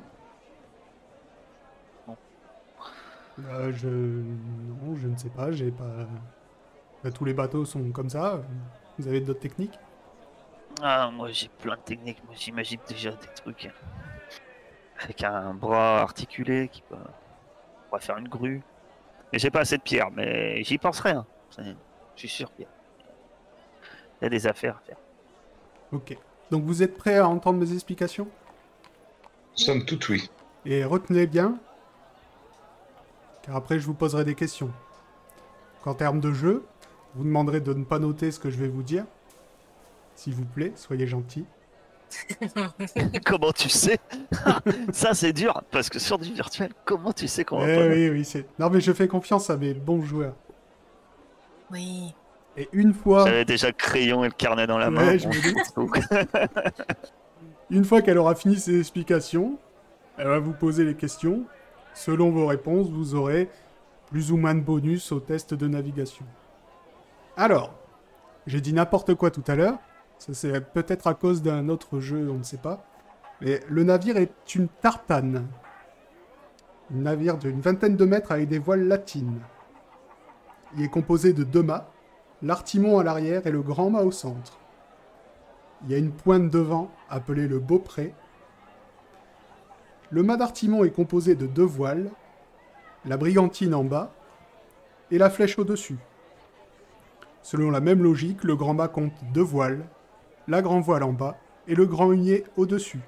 Non, je ne sais pas, j'ai pas... Bah, tous les bateaux sont comme ça. Vous avez d'autres techniques? Ah, moi j'ai plein de techniques. Moi j'imagine déjà des trucs avec un bras articulé qui peut. On va faire une grue. Mais j'ai pas assez de pierres, mais j'y penserai, hein. Je suis sûr qu'il y a des affaires à faire. Ok. Donc vous êtes prêts à entendre mes explications? Somme toute, oui. Et retenez bien, car après je vous poserai des questions. Qu'en termes de jeu, vous demanderez de ne pas noter ce que je vais vous dire. S'il vous plaît, soyez gentils. Comment tu sais? Ça c'est dur, parce que sur du virtuel, comment tu sais qu'on va pas Oui, oui, c'est... Non mais je fais confiance à mes bons joueurs. Oui. Et une fois... J'avais déjà le crayon et le carnet dans la main. Ouais, je me doute. Une fois qu'elle aura fini ses explications, elle va vous poser les questions. Selon vos réponses, vous aurez plus ou moins de bonus au test de navigation. Alors, j'ai dit n'importe quoi tout à l'heure. Ça, c'est peut-être à cause d'un autre jeu, on ne sait pas. Mais le navire est une tartane. Un navire d'une vingtaine de mètres avec des voiles latines. Il est composé de 2 mâts, l'artimon à l'arrière et le grand mât au centre. Il y a une pointe devant, appelée le beaupré. Le mât d'artimon est composé de 2 voiles, la brigantine en bas et la flèche au-dessus. Selon la même logique, le grand mât compte 2 voiles, la grande voile en bas et le grand hunier au-dessus.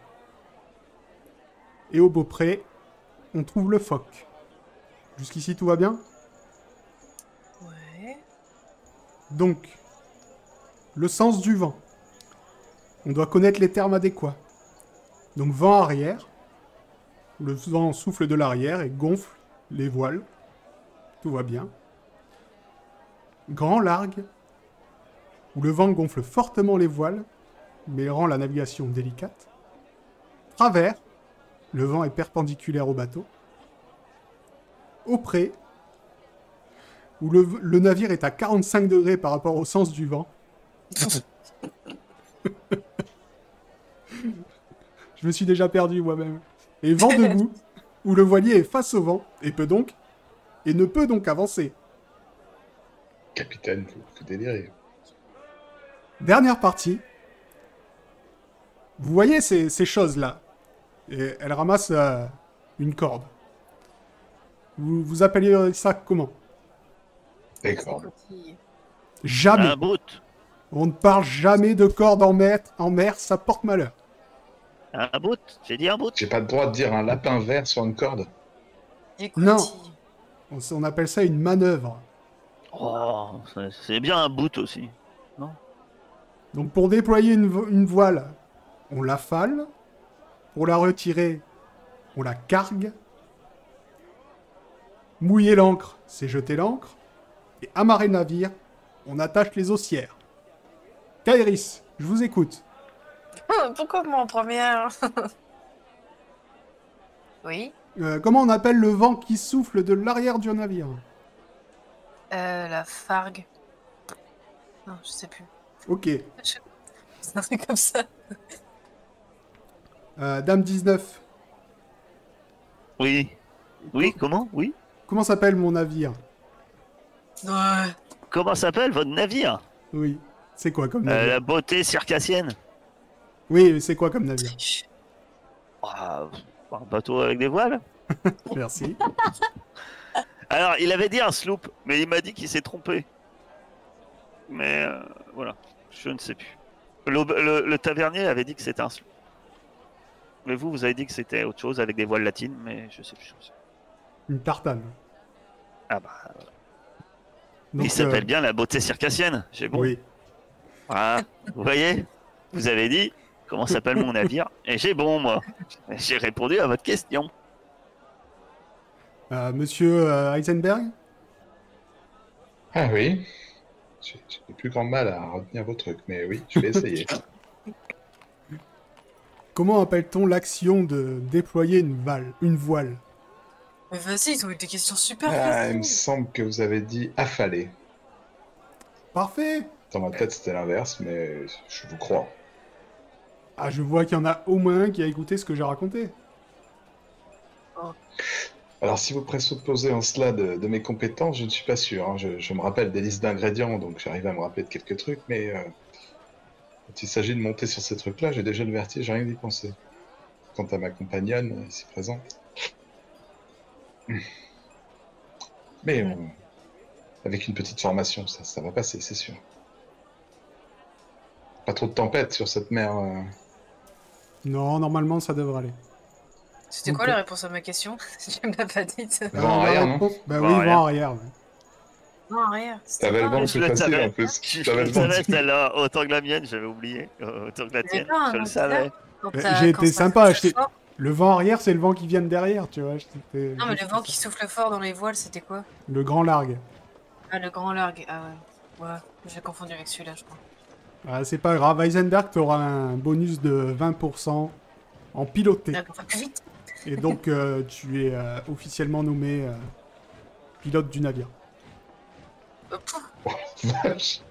Et au beaupré, on trouve le foc. Jusqu'ici, tout va bien? Ouais. Donc, le sens du vent. On doit connaître les termes adéquats. Donc, vent arrière. Le vent souffle de l'arrière et gonfle les voiles. Tout va bien. Grand largue, où le vent gonfle fortement les voiles, mais rend la navigation délicate. Travers, le vent est perpendiculaire au bateau. Auprès, où le navire est à 45 degrés par rapport au sens du vent. Je me suis déjà perdu moi-même. Et vent debout, où le voilier est face au vent, et ne peut donc avancer. Capitaine, vous délirez. Dernière partie. Vous voyez ces choses-là. Et elle ramasse une corde. Vous appeliez ça comment? D'accord. Jamais. Un bout. On ne parle jamais de corde en mer, ça porte malheur. Un bout. J'ai dit un bout. J'ai pas le droit de dire un lapin vert sur une corde. Non. On appelle ça une manœuvre. Oh, c'est bien un bout aussi. Non? Donc pour déployer une voile, on la fale. Pour la retirer, on la cargue. Mouiller l'ancre, c'est jeter l'ancre. Et amarrer le navire, on attache les haussières. Kairis, je vous écoute. Pourquoi moi en première? Oui. Comment on appelle le vent qui souffle de l'arrière du navire? La fargue. Non, je sais plus. Ok. C'est un truc comme ça. Dame 19. Oui. Oui, comment? Oui. Comment s'appelle mon navire? Ouais. Comment s'appelle votre navire? Oui. C'est quoi comme navire? La beauté circassienne. Oui, mais c'est quoi comme navire? Ah, un bateau avec des voiles. Merci. Alors, il avait dit un sloop, mais il m'a dit qu'il s'est trompé. Mais voilà, je ne sais plus. Le tavernier avait dit que c'était un sloop. Mais vous avez dit que c'était autre chose avec des voiles latines, mais je sais plus. Une tartane. Ah bah, Donc, il s'appelle bien la beauté circassienne. J'ai bon. Oui. Ah, vous voyez, vous avez dit comment s'appelle mon navire, et j'ai bon, moi. J'ai répondu à votre question. Monsieur Heisenberg? Ah oui. J'ai le plus grand mal à retenir vos trucs, mais oui, je vais essayer. Comment appelle-t-on l'action de déployer une voile? Mais vas-y, ils ont eu des questions super Il me faciles. semble que vous avez dit affaler. Parfait! Dans ma tête, c'était l'inverse, mais je vous crois. Ah, je vois qu'il y en a au moins un qui a écouté ce que j'ai raconté. Alors, si vous présupposez en cela de mes compétences, je ne suis pas sûr. Hein. Je me rappelle des listes d'ingrédients, donc j'arrive à me rappeler de quelques trucs, mais quand il s'agit de monter sur ces trucs-là, j'ai déjà le vertige, rien d'y penser. Quant à ma compagnonne, ici présente. Mais avec une petite formation, ça va passer, c'est sûr. Pas trop de tempête sur cette mer. Non, normalement, ça devrait aller. C'était quoi la réponse à ma question? Tu me l'as pas dite. Vent arrière, non? Bah Vent oui, arrière. vent arrière. Ouais. Non, rien. T'avais le vent le Je plus le facile savais. en plus. Je T'avais le le vent. savais, celle-là, autant que la mienne, j'avais oublié. Autant que la tienne, je le savais. J'ai été sympa, le vent arrière, c'est le vent qui vient de derrière, tu vois. Non, mais le vent qui souffle fort dans les voiles, c'était quoi? Le grand largue. Ah, le grand largue. Ah ouais. Ouais, j'ai confondu avec celui-là, je crois. Ah, c'est pas grave, Heisenberg, t'auras un bonus de 20% en piloté. Ah, plus vite. Et donc, tu es officiellement nommé pilote du navire. Vache.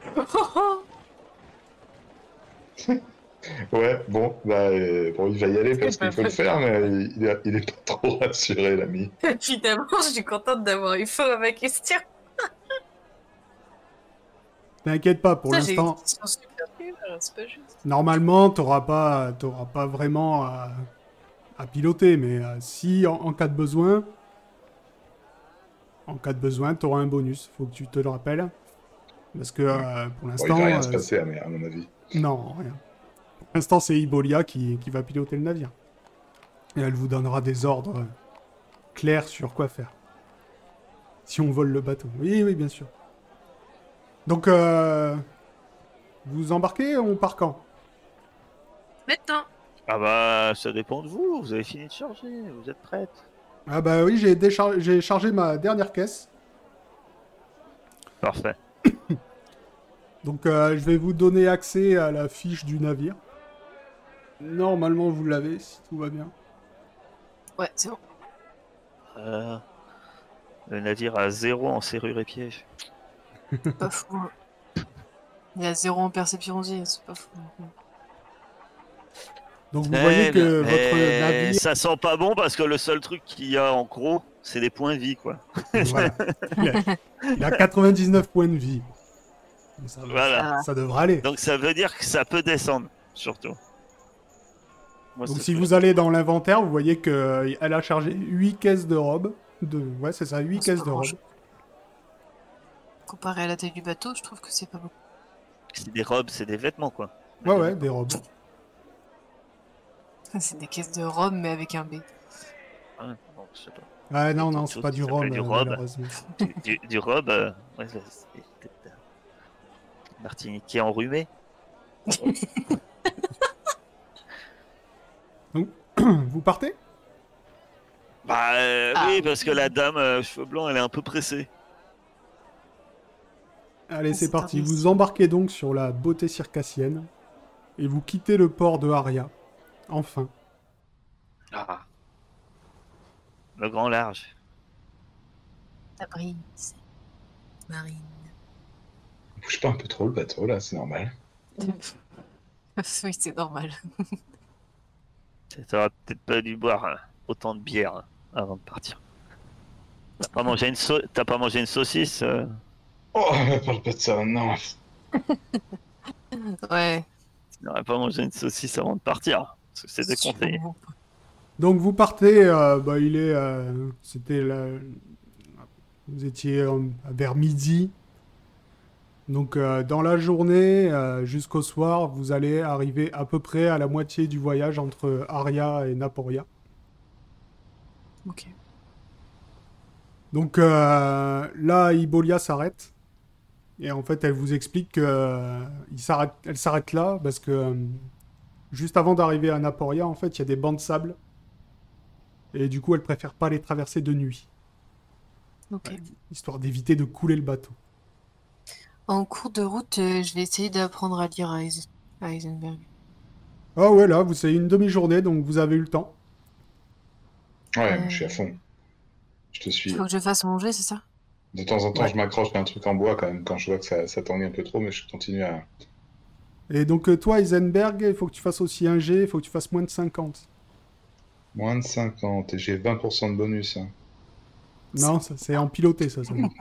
Ouais, bon, bon, il va y aller parce qu'il faut le faire, mais il est pas trop rassuré, l'ami. Finalement, je suis contente d'avoir eu faux à ma question. T'inquiète pas, pour Ça, j'ai l'instant, une question super nulle, c'est pas juste. normalement, t'auras pas vraiment à piloter, mais si en cas de besoin, t'auras un bonus. Faut que tu te le rappelles. Parce que pour Bon, il l'instant... va rien se passer, à mon avis. Non, rien. Pour l'instant, c'est Ibolia qui va piloter le navire. Et elle vous donnera des ordres clairs sur quoi faire. Si on vole le bateau. Oui, oui, bien sûr. Donc, vous embarquez ou on part quand? Maintenant. Ah bah, ça dépend de vous. Vous avez fini de charger, vous êtes prête. Ah bah oui, j'ai chargé ma dernière caisse. Parfait. Donc, je vais vous donner accès à la fiche du navire. Normalement, vous l'avez, si tout va bien. Ouais, c'est bon. Le navire a 0 en serrure et piège. Pas fou. Hein. Il y a 0 en perception aussi, c'est pas fou. Donc, vous voyez que votre navire... Ça sent pas bon parce que le seul truc qu'il y a en gros, c'est des points de vie, quoi. Voilà. Il a 99 points de vie. Ça, Voilà. ça devrait aller. Donc ça veut dire que ça peut descendre, surtout. Moi, Donc c'est si tout. vous allez dans l'inventaire, vous voyez qu'elle a chargé 8 caisses de robes. Ouais, c'est ça, 8 caisses de robes. Comparé à la taille du bateau, je trouve que c'est pas beaucoup. C'est des robes, c'est des vêtements, quoi. Ouais, des robes. C'est des caisses de robes, mais avec un B. Ah, non, je sais pas. Ah non, Autre c'est chose pas qui du s'appelle rhum, du rhum. malheureusement. Du robe, ouais, c'est peut-être martiniquais enrhumé. Vous partez? Bah Ah. oui, parce que la dame cheveux blancs, elle est un peu pressée. Allez, c'est c'est parti. tardif. Vous embarquez donc sur la beauté circassienne. Et vous quittez le port de Aria. Enfin. Ah. Le grand large. Ça brise. Marine. Bouge pas un peu trop le bateau, là, c'est normal. Oui, c'est normal. T'aurais peut-être pas dû boire autant de bière avant de partir. T'as pas mangé une saucisse Oh, parle pas de ça maintenant. Ouais. Je n'aurais pas mangé une saucisse avant de partir. Parce que c'est déconseillé. Sûrement pas. Donc vous partez, c'était vous étiez vers midi. Donc dans la journée jusqu'au soir, vous allez arriver à peu près à la moitié du voyage entre Aria et Naporia. Ok. Donc là, Ibolia s'arrête. Et en fait, elle vous explique que elle s'arrête là parce que juste avant d'arriver à Naporia, en fait, il y a des bancs de sable. Et du coup, elle préfère pas les traverser de nuit, Ok. histoire d'éviter de couler le bateau. En cours de route, je vais essayer d'apprendre à lire à Heisenberg. Ah ouais, là, vous avez une demi-journée, donc vous avez eu le temps. Ouais, Euh, je suis à fond. Je te Il suis. faut que je fasse manger, c'est ça? De temps en temps, Ouais. je m'accroche à un truc en bois quand même, quand je vois que ça tangue un peu trop, mais je continue à... Et donc toi, Heisenberg, il faut que tu fasses aussi un G, il faut que tu fasses moins de 50. Moins de 50, et j'ai 20% de bonus. Hein. Non, ça c'est en piloté, ça seulement.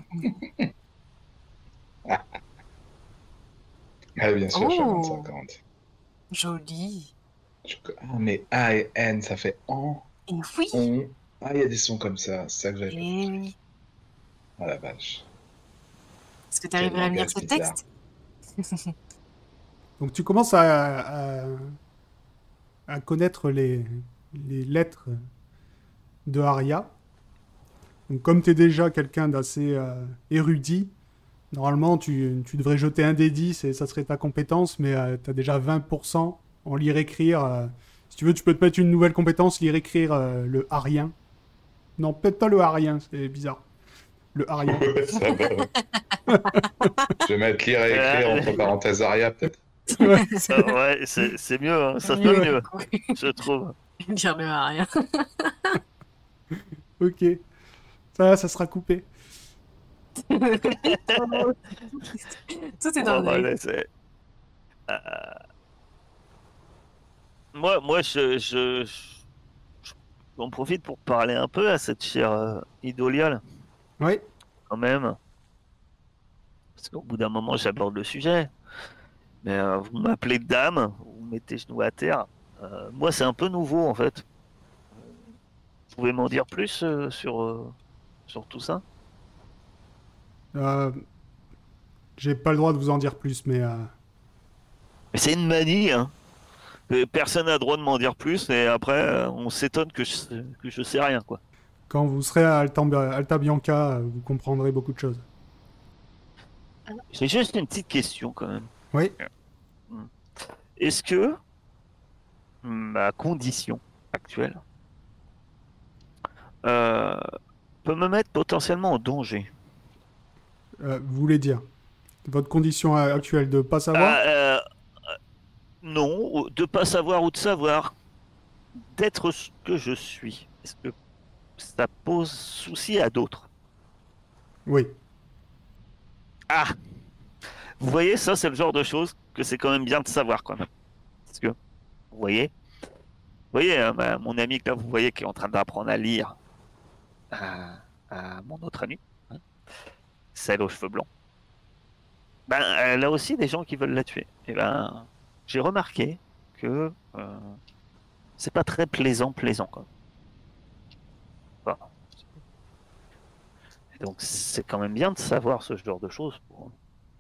Ah, bien sûr, je fais moins de Oh, 50. joli. Ah, mais A et N, ça fait en, Et oui, on. Ah, il y a des sons comme ça, c'est ça que j'avais pas et compris. oui. Oh la vache, Est-ce que tu quel arriverais à me lire langage ce bizarre. texte? Donc tu commences à connaître les lettres de Aria. Donc comme tu es déjà quelqu'un d'assez érudit, normalement tu devrais jeter un des 10 et ça serait ta compétence, mais tu as déjà 20% en lire-écrire. Si tu veux, tu peux te mettre une nouvelle compétence, lire-écrire le arien. Non, peut-être pas le arien, c'est bizarre. Le arien. Ouais, ça va. Je vais mettre lire et écrire Euh, entre parenthèses Aria, peut-être. Ouais, ouais, c'est mieux, hein. Ça sonne Ouais, mieux, ouais. je trouve. Dire le à rien. ok. Ça sera coupé. Tout est dans Oh, le bah, direct. là, moi j'en profite pour parler un peu à cette chère Idolial, Oui. quand même. Parce qu'au bout d'un moment, j'aborde le sujet. Mais vous m'appelez dame, vous mettez genoux à terre. Moi, c'est un peu nouveau, en fait. Vous pouvez m'en dire plus sur tout ça? Euh, j'ai pas le droit de vous en dire plus, mais Mais c'est une manie, hein. Personne n'a le droit de m'en dire plus, et après, on s'étonne que je sais rien, quoi. quand vous serez à Alta Bianca, vous comprendrez beaucoup de choses. J'ai juste une petite question, quand même. Oui. Hmm. Est-ce que ma condition actuelle euh, peut me mettre potentiellement en danger? Vous voulez dire votre condition actuelle de pas savoir? Ah, non, de pas savoir ou de savoir, d'être ce que je suis. Est-ce que ça pose souci à d'autres? Oui. Ah, vous voyez, ça c'est le genre de choses que c'est quand même bien de savoir quand même. Parce que, vous voyez hein, mon ami que là, vous voyez qui est en train d'apprendre à lire à mon autre ami, hein, celle aux cheveux blancs. Ben, elle a aussi des gens qui veulent la tuer. Et ben, j'ai remarqué que c'est pas très plaisant quoi. Enfin, et donc c'est quand même bien de savoir ce genre de choses pour,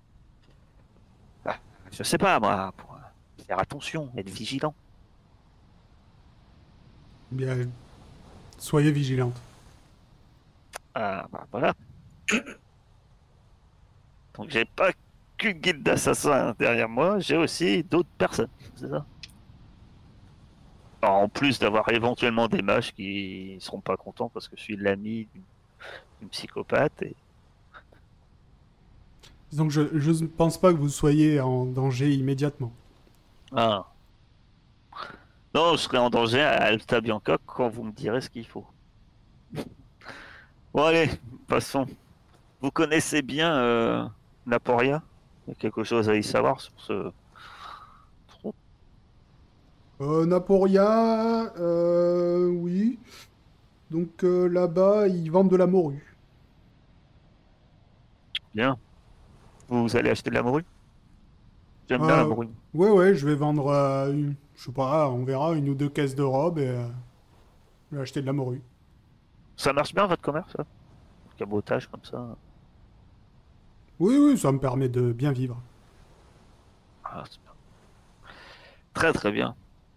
ah, je sais pas moi, pour faire attention, être vigilant. Bien, soyez vigilante. Ah, bah, voilà. Donc j'ai pas qu'une guilde d'assassins derrière moi, j'ai aussi d'autres personnes. C'est ça. Alors, en plus d'avoir éventuellement des mages qui seront pas contents parce que je suis l'ami d'une psychopathe. Et... Donc je ne pense pas que vous soyez en danger immédiatement. Ah. Non, je serai en danger à Alta Bianca quand vous me direz ce qu'il faut. Bon allez, passons. Vous connaissez bien Naporia? Il y a quelque chose à y savoir sur ce trou. Naporia, oui. Donc là-bas, ils vendent de la morue. Bien. Vous allez acheter de la morue? J'aime bien la bruine. Ouais, je vais vendre, je sais pas, on verra, 1 ou 2 caisses de robes et je vais acheter de la morue. Ça marche bien votre commerce, ça? Le cabotage comme ça. Oui, ça me permet de bien vivre. Ah, c'est bien. Très très bien.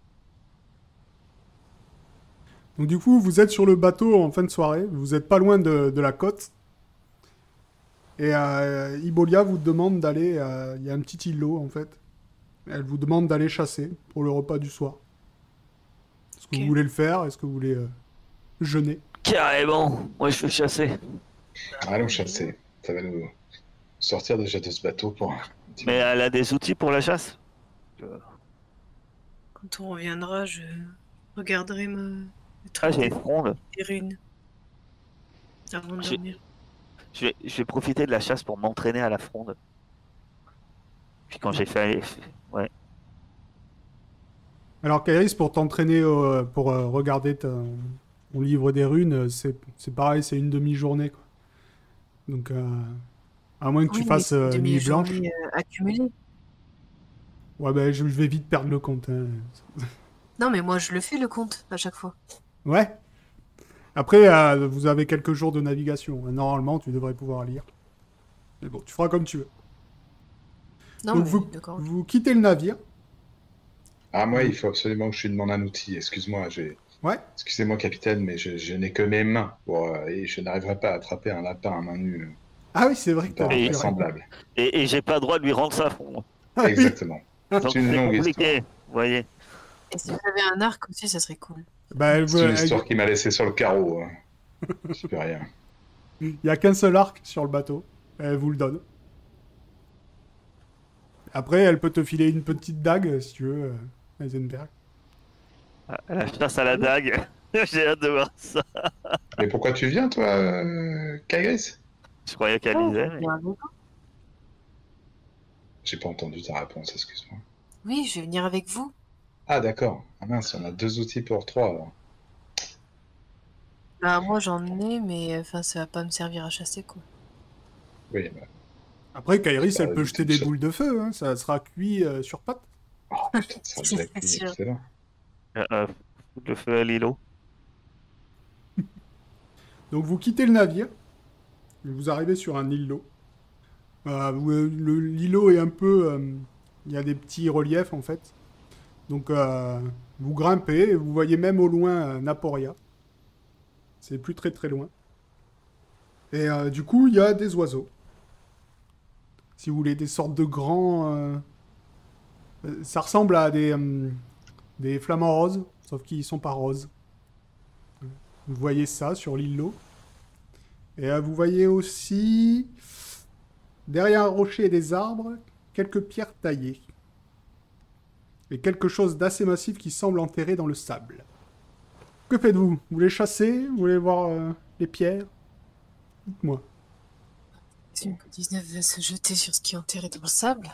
Donc du coup, vous êtes sur le bateau en fin de soirée, vous êtes pas loin de la côte. Et Ibolia vous demande d'aller, il y a un petit îlot en fait. Elle vous demande d'aller chasser pour le repas du soir. Est-ce que Ok. vous voulez le faire? Est-ce que vous voulez jeûner? Carrément. Moi, je fais chasser. Allons chasser. Ça va nous sortir déjà de ce bateau pour un petit Mais moment. elle a des outils pour la chasse? Quand on reviendra, je regarderai Ah, j'ai des une fronde. runes avant de J'ai- dormir. Je vais profiter de la chasse pour m'entraîner à la fronde. Puis quand j'ai fait... Ouais. Alors Kairis, pour t'entraîner, pour regarder ton livre des runes, c'est pareil, c'est une demi-journée, quoi. Donc, à moins que tu Oui, mais fasses c'est une nuit blanche. demi-journée accumulée. Ouais, ben je vais vite perdre le compte, hein. Non, mais moi, je le fais, le compte, à chaque fois. Ouais. Après, vous avez quelques jours de navigation. Normalement, tu devrais pouvoir lire. Mais bon, tu feras comme tu veux. Non, Donc, mais vous, d'accord. vous quittez le navire. Ah, moi, il faut absolument que je lui demande un outil. Excuse-moi, Ouais. excusez-moi, capitaine, mais je n'ai que mes mains et je n'arriverai pas à attraper un lapin à main nue. Ah oui, c'est vrai Ça que me paraît Et- invraisemblable. Et j'ai pas le droit de lui rendre sa fronde. Ah oui. Exactement. Donc C'est une c'est longue histoire. compliqué. Vous voyez. Et si vous avez un arc aussi, ça serait cool. Bah, C'est une histoire qui m'a laissé sur le carreau. Je peux rien. il n'y a qu'un seul arc sur le bateau. Elle vous le donne. Après, elle peut te filer une petite dague, si tu veux, Heisenberg. La chasse à la dague. J'ai hâte de voir ça. Mais pourquoi tu viens, toi, Kairis? Je croyais qu'elle Oh, lisait. je Mais... viens avec vous. J'ai pas entendu ta réponse, excuse-moi. Oui, je vais venir avec vous. Ah, d'accord. Ah mince, on a 2 outils pour 3, alors. Bah, moi, j'en ai, mais enfin, ça va pas me servir à chasser, quoi. Oui, bah. Après, Kairis, Ça elle va peut éviter jeter de des se- boules de feu. Hein. Ça sera cuit sur patte. Oh putain, ça a déjà C'est cuit, sûr. excellent. Foutre le feu à l'îlot. Donc, vous quittez le navire. Et vous arrivez sur un îlot. L'îlot est un peu... il y a des petits reliefs, en fait. Donc, vous grimpez et vous voyez même au loin Naporia. C'est plus très très loin. Et du coup, il y a des oiseaux. Si vous voulez, des sortes de grands... ça ressemble à des flamants roses, sauf qu'ils sont pas roses. Vous voyez ça sur l'îlot. Et vous voyez aussi, derrière un rocher et des arbres, quelques pierres taillées. Et quelque chose d'assez massif qui semble enterré dans le sable. Que faites-vous? Vous voulez chasser? Vous voulez voir les pierres? Dites-moi. Si le 19 va se jeter sur ce qui est enterré dans le sable.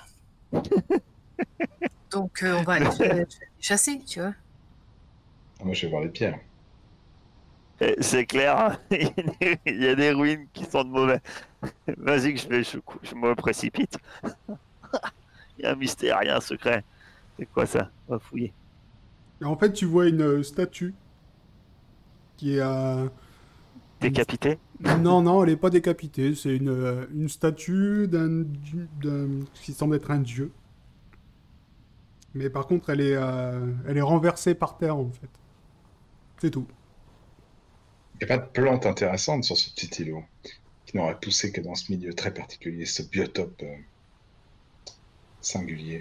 Donc, on va aller chasser, tu vois. Ah, moi, je vais voir les pierres. C'est clair. Il y a des ruines qui sont de mauvais. Vas-y que je me précipite. Il y a un mystère, il y a un secret. C'est quoi ça? On va fouiller. Et en fait, tu vois une statue qui est... Décapité? Non, elle n'est pas décapitée. C'est une statue qui semble être un dieu. Mais par contre, elle est renversée par terre, en fait. C'est tout. Il n'y a pas de plante intéressante sur ce petit îlot qui n'aurait poussé que dans ce milieu très particulier, ce biotope singulier.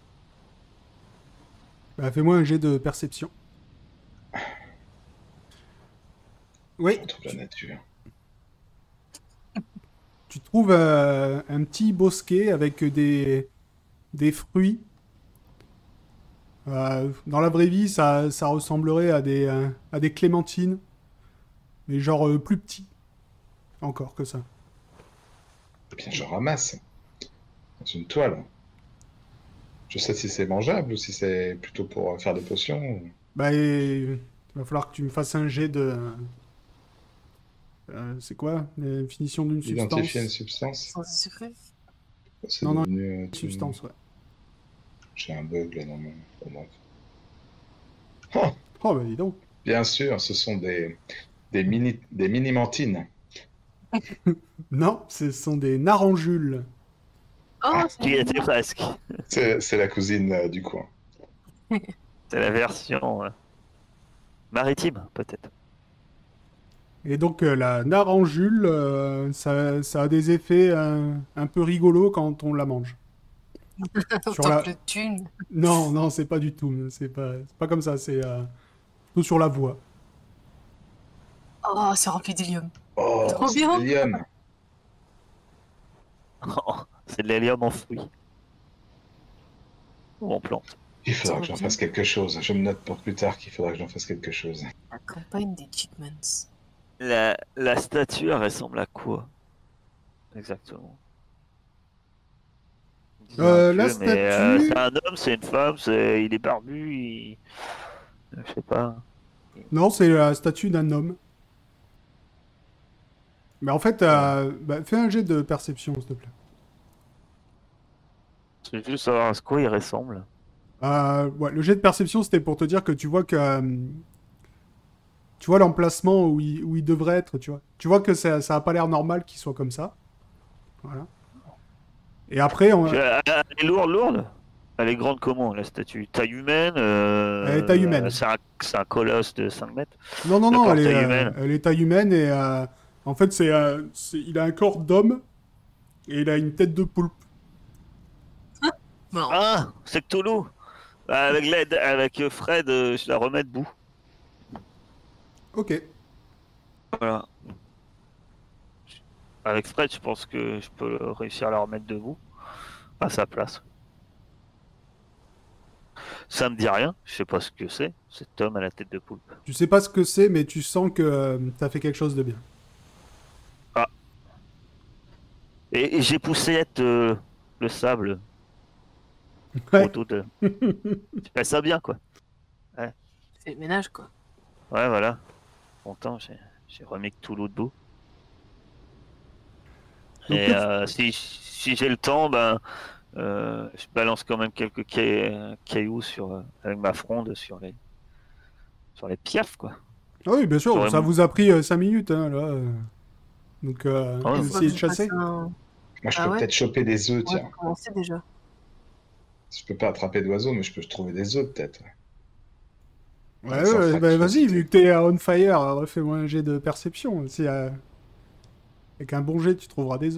Bah, fais-moi un jet de perception. Oui, On trouve la nature. tu trouves un petit bosquet avec des fruits. Dans la vraie vie, ça ressemblerait à des clémentines. Mais genre plus petits. Encore que ça. Eh bien, je ramasse dans une toile. Je sais si c'est mangeable ou si c'est plutôt pour faire des potions. Bah, il va falloir que tu me fasses un jet de... c'est quoi? La définition d'une substance? Identifier une substance. Sans secret. C'est Non, devenu, substance, ouais. J'ai un bug là dans mon... Bon, bref. Ah, Oh, bah dis donc. bien sûr, ce sont des mini-mantines. Non, ce sont des naranjules. Oh, Qui était presque. C'est la cousine du coin. C'est la version maritime, peut-être. Et donc, la naranjule, ça a des effets un peu rigolos quand on la mange. Sur Tant la... que le thune. Non, non, c'est pas du tout. C'est pas comme ça. C'est tout sur la voix. Oh, c'est rempli d'hélium. Oh, Trop c'est bien. l'hélium. C'est de l'hélium en fruits. Ou en plantes. Il faudra que Trop j'en bien. fasse quelque chose. Je me note pour plus tard qu'il faudra que j'en fasse quelque chose. La campagne des Chickmans. La statue, elle ressemble à quoi? Exactement. Disons un La dieu, mais statue... c'est un homme, c'est une femme, il est barbu, je sais pas. Non, c'est la statue d'un homme. Mais en fait, fais un jet de perception, s'il te plaît. Je veux juste savoir à quoi il ressemble. Ouais, le jet de perception, c'était pour te dire que tu vois que... tu vois l'emplacement où il devrait être, tu vois. Tu vois que ça a pas l'air normal qu'il soit comme ça. Voilà. Et après, Elle est lourde. Elle est grande comment, la statue? Taille humaine elle est taille humaine. C'est un colosse de 5 mètres. Non, non, non, D'accord, taille humaine. elle est taille humaine et en fait, il a un corps d'homme et il a une tête de poulpe. Non. Ah, c'est Cthulhu. Avec Fred, je la remets debout. Ok. Voilà. Avec Fred, je pense que je peux réussir à la remettre debout à sa place. Ça me dit rien, je sais pas ce que c'est, cet homme à la tête de poulpe. Tu sais pas ce que c'est, mais tu sens que t'as fait quelque chose de bien. Et j'ai poussé le sable Ouais. autour de. Tu fais ça bien, quoi. C'est le ménage, quoi. Ouais, voilà. Content, j'ai remis Cthulhu debout. Donc, Et si j'ai le temps, je balance quand même quelques cailloux avec ma fronde sur les piafs, quoi. Ah oui, bien sûr, J'aurais ça m- vous a pris 5 minutes, hein, là. Donc, Ah ouais, vous Il faut essayez que de je fasse chasser. un... Moi, je Ah peux ouais peut-être choper des œufs, Ouais, tiens. commencer déjà. Je peux pas attraper d'oiseaux, mais je peux trouver des œufs, peut-être. Ouais, Sans ouais, bah, vas-y, fractuosité. vu que t'es on fire, refais-moi un jet de perception. Si, avec un bon jet, tu trouveras des œufs.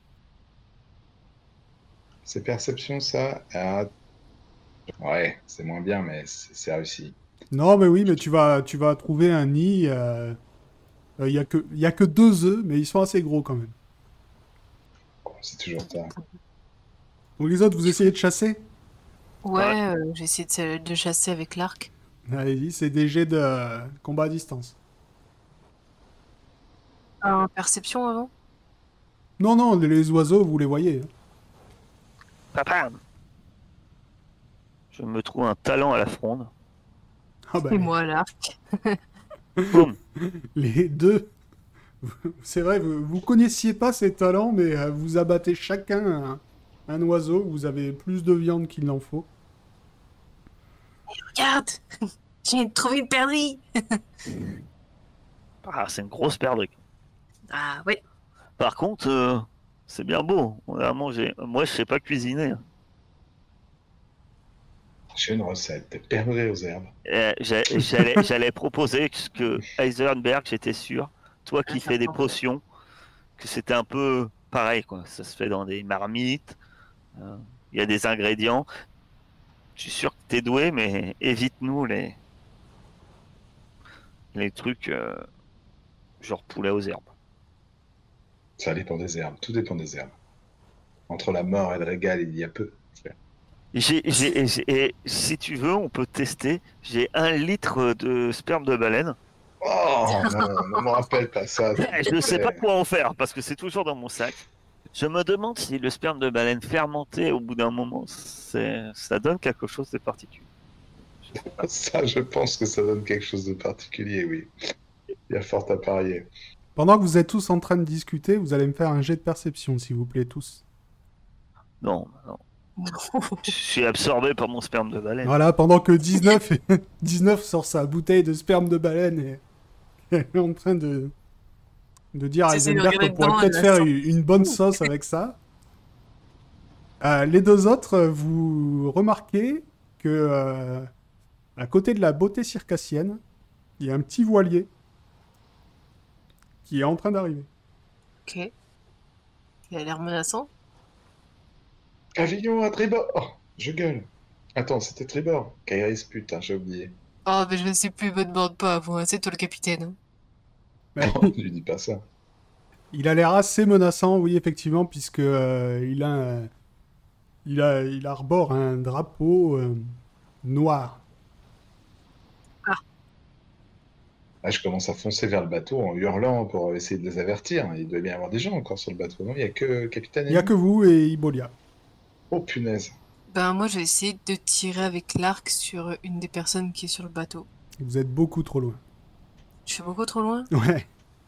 C'est perception, ça? Ah, ouais, c'est moins bien, mais c'est réussi. Non, mais oui, mais tu vas trouver un nid. Il y a que 2 œufs, mais ils sont assez gros quand même. Bon, c'est toujours ça. Donc les autres, vous essayez de chasser? Ouais, j'ai essayé de chasser avec l'arc. Allez-y, c'est des jets de combat à distance. Perception avant? Non, non, les oiseaux, vous les voyez. Hein. Papam. Je me trouve un talent à la fronde. Ah bah, Et moi, l'arc. Boum. les deux. C'est vrai, vous connaissiez pas ces talents, mais vous abattez chacun un oiseau. Vous avez plus de viande qu'il n'en faut. Regarde! J'ai trouvé une perdrix! Ah, c'est une grosse perdrix. Ah ouais. Par contre, c'est bien beau. On a mangé. Moi, je sais pas cuisiner. Hein. J'ai une recette de perdrix aux herbes. J'allais proposer que Heisenberg, j'étais sûr, toi qui fais des potions, que c'était un peu pareil, quoi. Ça se fait dans des marmites. Il y a des ingrédients. Je suis sûr que t'es doué, mais évite-nous les trucs genre poulet aux herbes. Ça dépend des herbes, tout dépend des herbes. Entre la mort et le régal, il y a peu. Et si tu veux, on peut tester. J'ai 1 litre de sperme de baleine. Oh non, ne me rappelle pas ça. Je ne sais pas quoi en faire parce que c'est toujours dans mon sac. Je me demande si le sperme de baleine fermenté au bout d'un moment, ça donne quelque chose de particulier. Ça, je pense que ça donne quelque chose de particulier, oui. Il y a fort à parier. Pendant que vous êtes tous en train de discuter, vous allez me faire un jet de perception, s'il vous plaît, tous. Non, non. Je suis absorbé par mon sperme de baleine. Voilà, pendant que 19 sort sa bouteille de sperme de baleine et elle est en train de dire à J'essaie de Heisenberg regarder qu'on pourrait dedans, peut-être elle faire la sent. une bonne sauce avec ça. Les deux autres, vous remarquez que à côté de la beauté circassienne, il y a un petit voilier qui est en train d'arriver. Ok. Il a l'air menaçant. Pavillon à tribord. Oh, je gueule. Attends, c'était tribord. Kairis, putain, j'ai oublié. Oh, mais je ne sais plus, me demande pas, moi, c'est toi le capitaine. Hein. Mais Non, ne lui dis pas ça. il a l'air assez menaçant, oui, effectivement, puisque il arbore un drapeau noir. Là, je commence à foncer vers le bateau en hurlant pour essayer de les avertir. Il doit bien y avoir des gens encore sur le bateau, non? Il n'y a que Capitaine Il n'y a Amy. que vous et Ibolia. Oh, punaise. Ben, moi, je vais essayer de tirer avec l'arc sur une des personnes qui est sur le bateau. Vous êtes beaucoup trop loin. Je suis beaucoup trop loin? Ouais.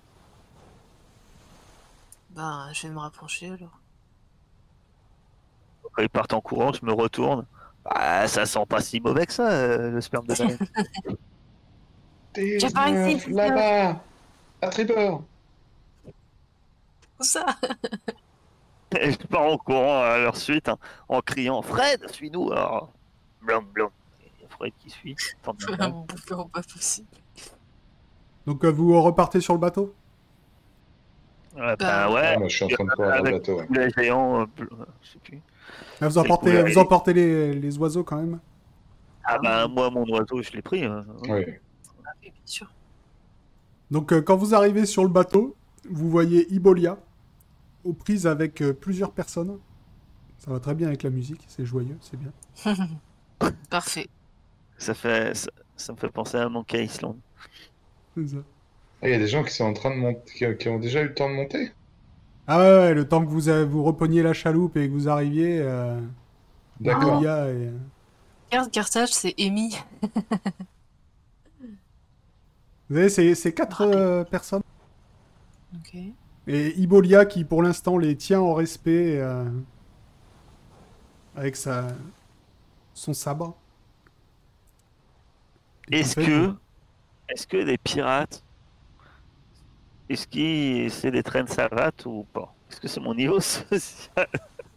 Ben, je vais me rapprocher alors. Quand ils partent en courant, je me retourne. Ah, ça sent pas si mauvais que ça, le sperme de baleine. J'ai pas réussi, c'est Là-bas, à tribord. Où ça? Et je pars en courant à leur suite, hein, en criant Fred, suis-nous alors. Blum, blum. Et il y a Fred qui suit. Je vais me bouffer au pas possible. Donc vous repartez sur le bateau? Ouais, Bah, ouais. Moi, je suis en train de courir vers le Avec bateau. Ouais. les géants, je sais plus. Ah, C'est cool, vous emportez les oiseaux quand même? Ah bah moi mon oiseau je l'ai pris. Oui. Ah oui, bien sûr. Donc quand vous arrivez sur le bateau, vous voyez Ibolia aux prises avec plusieurs personnes. Ça va très bien avec la musique, c'est joyeux, c'est bien. Parfait. Ça me fait penser à Monkey Island. C'est ça. Ah, il y a des gens qui sont en train de monter, qui ont déjà eu le temps de monter. Ah ouais, le temps que vous repogniez la chaloupe et que vous arriviez, D'accord. Ibolia et... Garde Carthage, c'est Amy. Vous savez, c'est 4 personnes. Ok. Et Ibolia qui pour l'instant les tient en respect avec son sabre. Et Est-ce en fait, que les pirates, est-ce que c'est des traînes savates ou pas? Est-ce que c'est mon niveau social?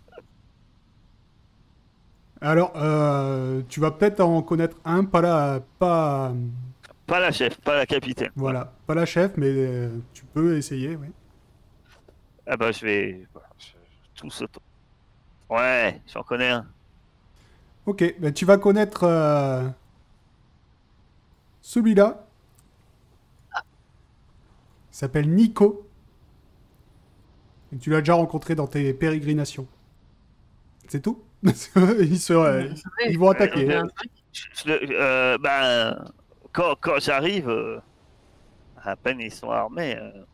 Alors, tu vas peut-être en connaître un, pas Pas la chef, pas la capitaine. voilà, pas la chef, mais tu peux essayer, oui. Ah bah je vais tout ce temps. Ouais, j'en connais un. Ok, ben tu vas connaître celui-là. Il s'appelle Nico. Et tu l'as déjà rencontré dans tes pérégrinations. C'est tout. Ils vont attaquer. Euh, bah, quand j'arrive, à peine ils sont armés.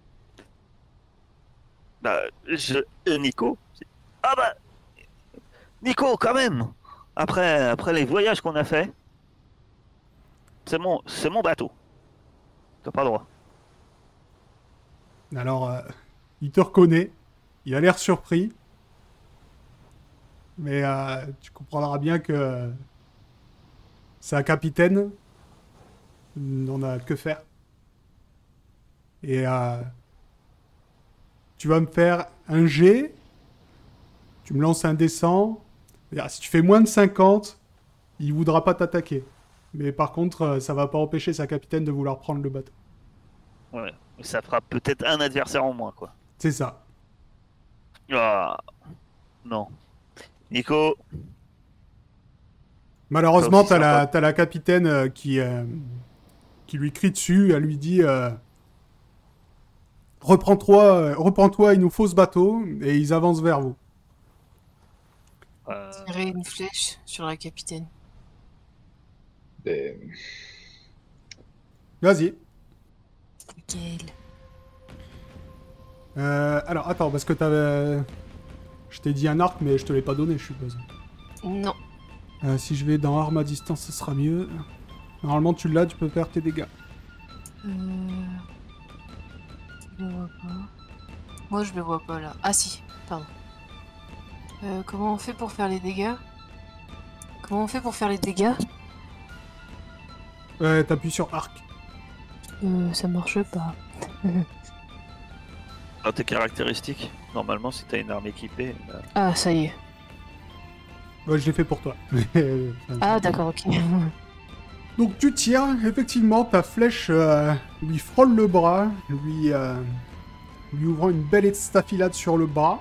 Bah, Nico. Ah bah, Nico, quand même. Après les voyages qu'on a fait, c'est mon bateau. T'as pas le droit. Alors, il te reconnaît. Il a l'air surpris. Mais tu comprendras bien que c'est un capitaine. On a que faire. Et tu vas me faire un G. Tu me lances un descend. Si tu fais moins de 50, il voudra pas t'attaquer. Mais par contre, ça va pas empêcher sa capitaine de vouloir prendre le bateau. Ouais. Ça fera peut-être un adversaire en moins, quoi. C'est ça. Ah, non. Nico, Malheureusement, Ça aussi, t'as la capitaine qui lui crie dessus. Elle lui dit reprends-toi, il nous faut ce bateau. Et ils avancent vers vous. Tirer une flèche sur la capitaine. Et... Vas-y. Nickel. Alors, attends, parce que t'avais... Je t'ai dit un arc, mais je te l'ai pas donné, je suppose. Non. Si je vais dans arme à distance, ce sera mieux. Normalement, tu l'as, tu peux faire tes dégâts. Je le vois pas. Moi, je le vois pas là. Ah si, pardon. Comment on fait pour faire les dégâts? T'appuies sur arc. Ça marche pas. Dans tes caractéristiques, normalement, si t'as une arme équipée, Ah, ça y est. Ouais, je l'ai fait pour toi. Ah, d'accord, ok. Donc tu tires, effectivement, ta flèche lui frôle le bras, lui ouvrant une belle estafilade sur le bras.